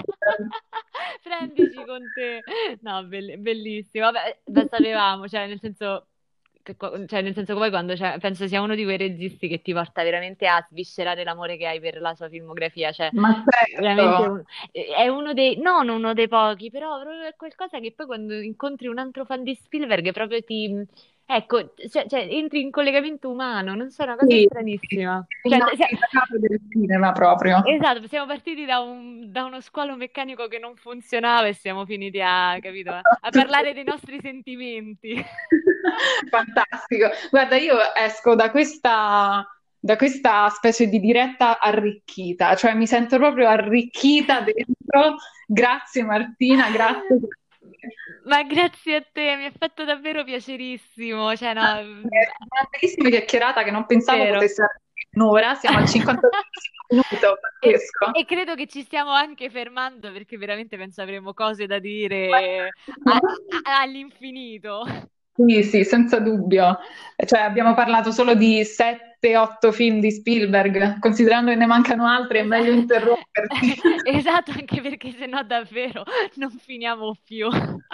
Prendici con te. No, bell- bellissimo. Vabbè, lo sapevamo, cioè nel senso, che qua- cioè, nel senso che poi quando cioè, penso sia uno di quei registi che ti porta veramente a sviscerare l'amore che hai per la sua filmografia, cioè Ma veramente certo, un- è uno dei, non uno dei pochi, però proprio è qualcosa che poi quando incontri un altro fan di Spielberg proprio ti, ecco, cioè, cioè, entri in collegamento umano, non so, è una cosa sì, stranissima. sì, Cioè, innalzi da capo del cinema proprio. esatto, siamo partiti da, un- da uno squalo meccanico che non funzionava e siamo finiti a, capito, a, a parlare dei nostri sentimenti. Fantastico. Guarda, io esco da questa, da questa specie di diretta arricchita, cioè mi sento proprio arricchita dentro. Grazie Martina, grazie. Ma grazie a te, mi ha fatto davvero piacerissimo. Cioè, no, mm, È una bellissima chiacchierata che non pensavo vero. potesse arrivare un'ora, siamo al cinquanta minuto, E, pazzesco. e credo che ci stiamo anche fermando perché veramente penso avremo cose da dire a- a- all'infinito. Sì, sì, senza dubbio. Cioè, abbiamo parlato solo di sette otto film di Spielberg, considerando che ne mancano altri, è Esa- meglio interrompersi. Esatto, anche perché sennò davvero non finiamo più.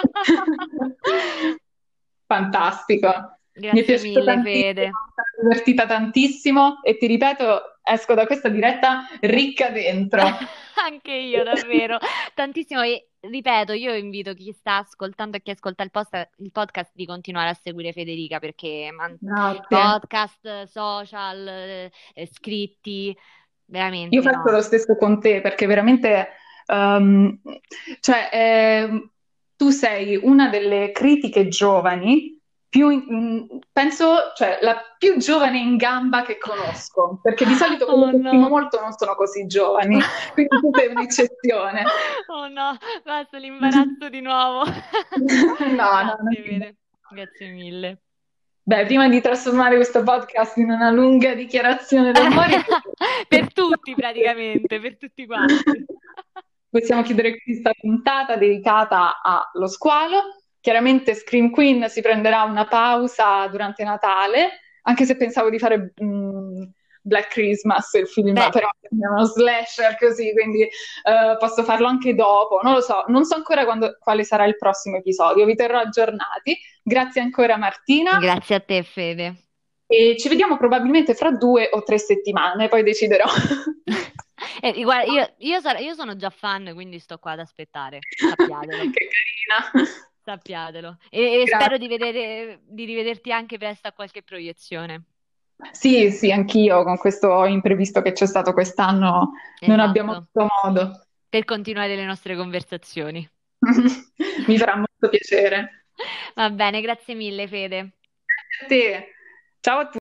Fantastico. Mi è Grazie piaciuto mille, tantissimo, Fede. mi sono divertita tantissimo e ti ripeto, esco da questa diretta ricca dentro. Anche io, davvero, tantissimo. E ripeto, io invito chi sta ascoltando e chi ascolta il, post- il podcast di continuare a seguire Federica perché man- Grazie. podcast, social, eh, eh, scritti, Io veramente faccio no. lo stesso con te perché veramente, ehm, cioè, ehm, tu sei una delle critiche giovani più, in- penso, cioè, la più giovane in gamba che conosco, perché di solito quelle Oh che stimo no. molto non sono così giovani, quindi tu sei un'eccezione. Oh no, basta l'imbarazzo di nuovo. No, no, non Grazie, ti- Fede. Grazie mille. Beh, prima di trasformare questo podcast in una lunga dichiarazione d'amore, Per tutti praticamente, per tutti quanti. possiamo chiudere questa puntata dedicata allo squalo. Chiaramente Scream Queen si prenderà una pausa durante Natale, anche se pensavo di fare mm, Black Christmas, il film, Beh, però è uno slasher così, quindi eh, posso farlo anche dopo. Non lo so, non so ancora quando- quale sarà il prossimo episodio, vi terrò aggiornati. Grazie ancora Martina grazie a te, Fede. e ci vediamo probabilmente fra due o tre settimane, poi deciderò. Eh, guarda, io, io sar- io sono già fan, quindi sto qua ad aspettare. Sappiatelo, Che carina. sappiatelo. E, e spero di Grazie. vedere, di rivederti anche presto a qualche proiezione. Sì, sì, anch'io con questo imprevisto che c'è stato quest'anno non abbiamo Esatto, avuto modo. per continuare le nostre conversazioni. Mi farà molto piacere. Va bene, grazie mille, Fede. Grazie a te. Ciao a tutti.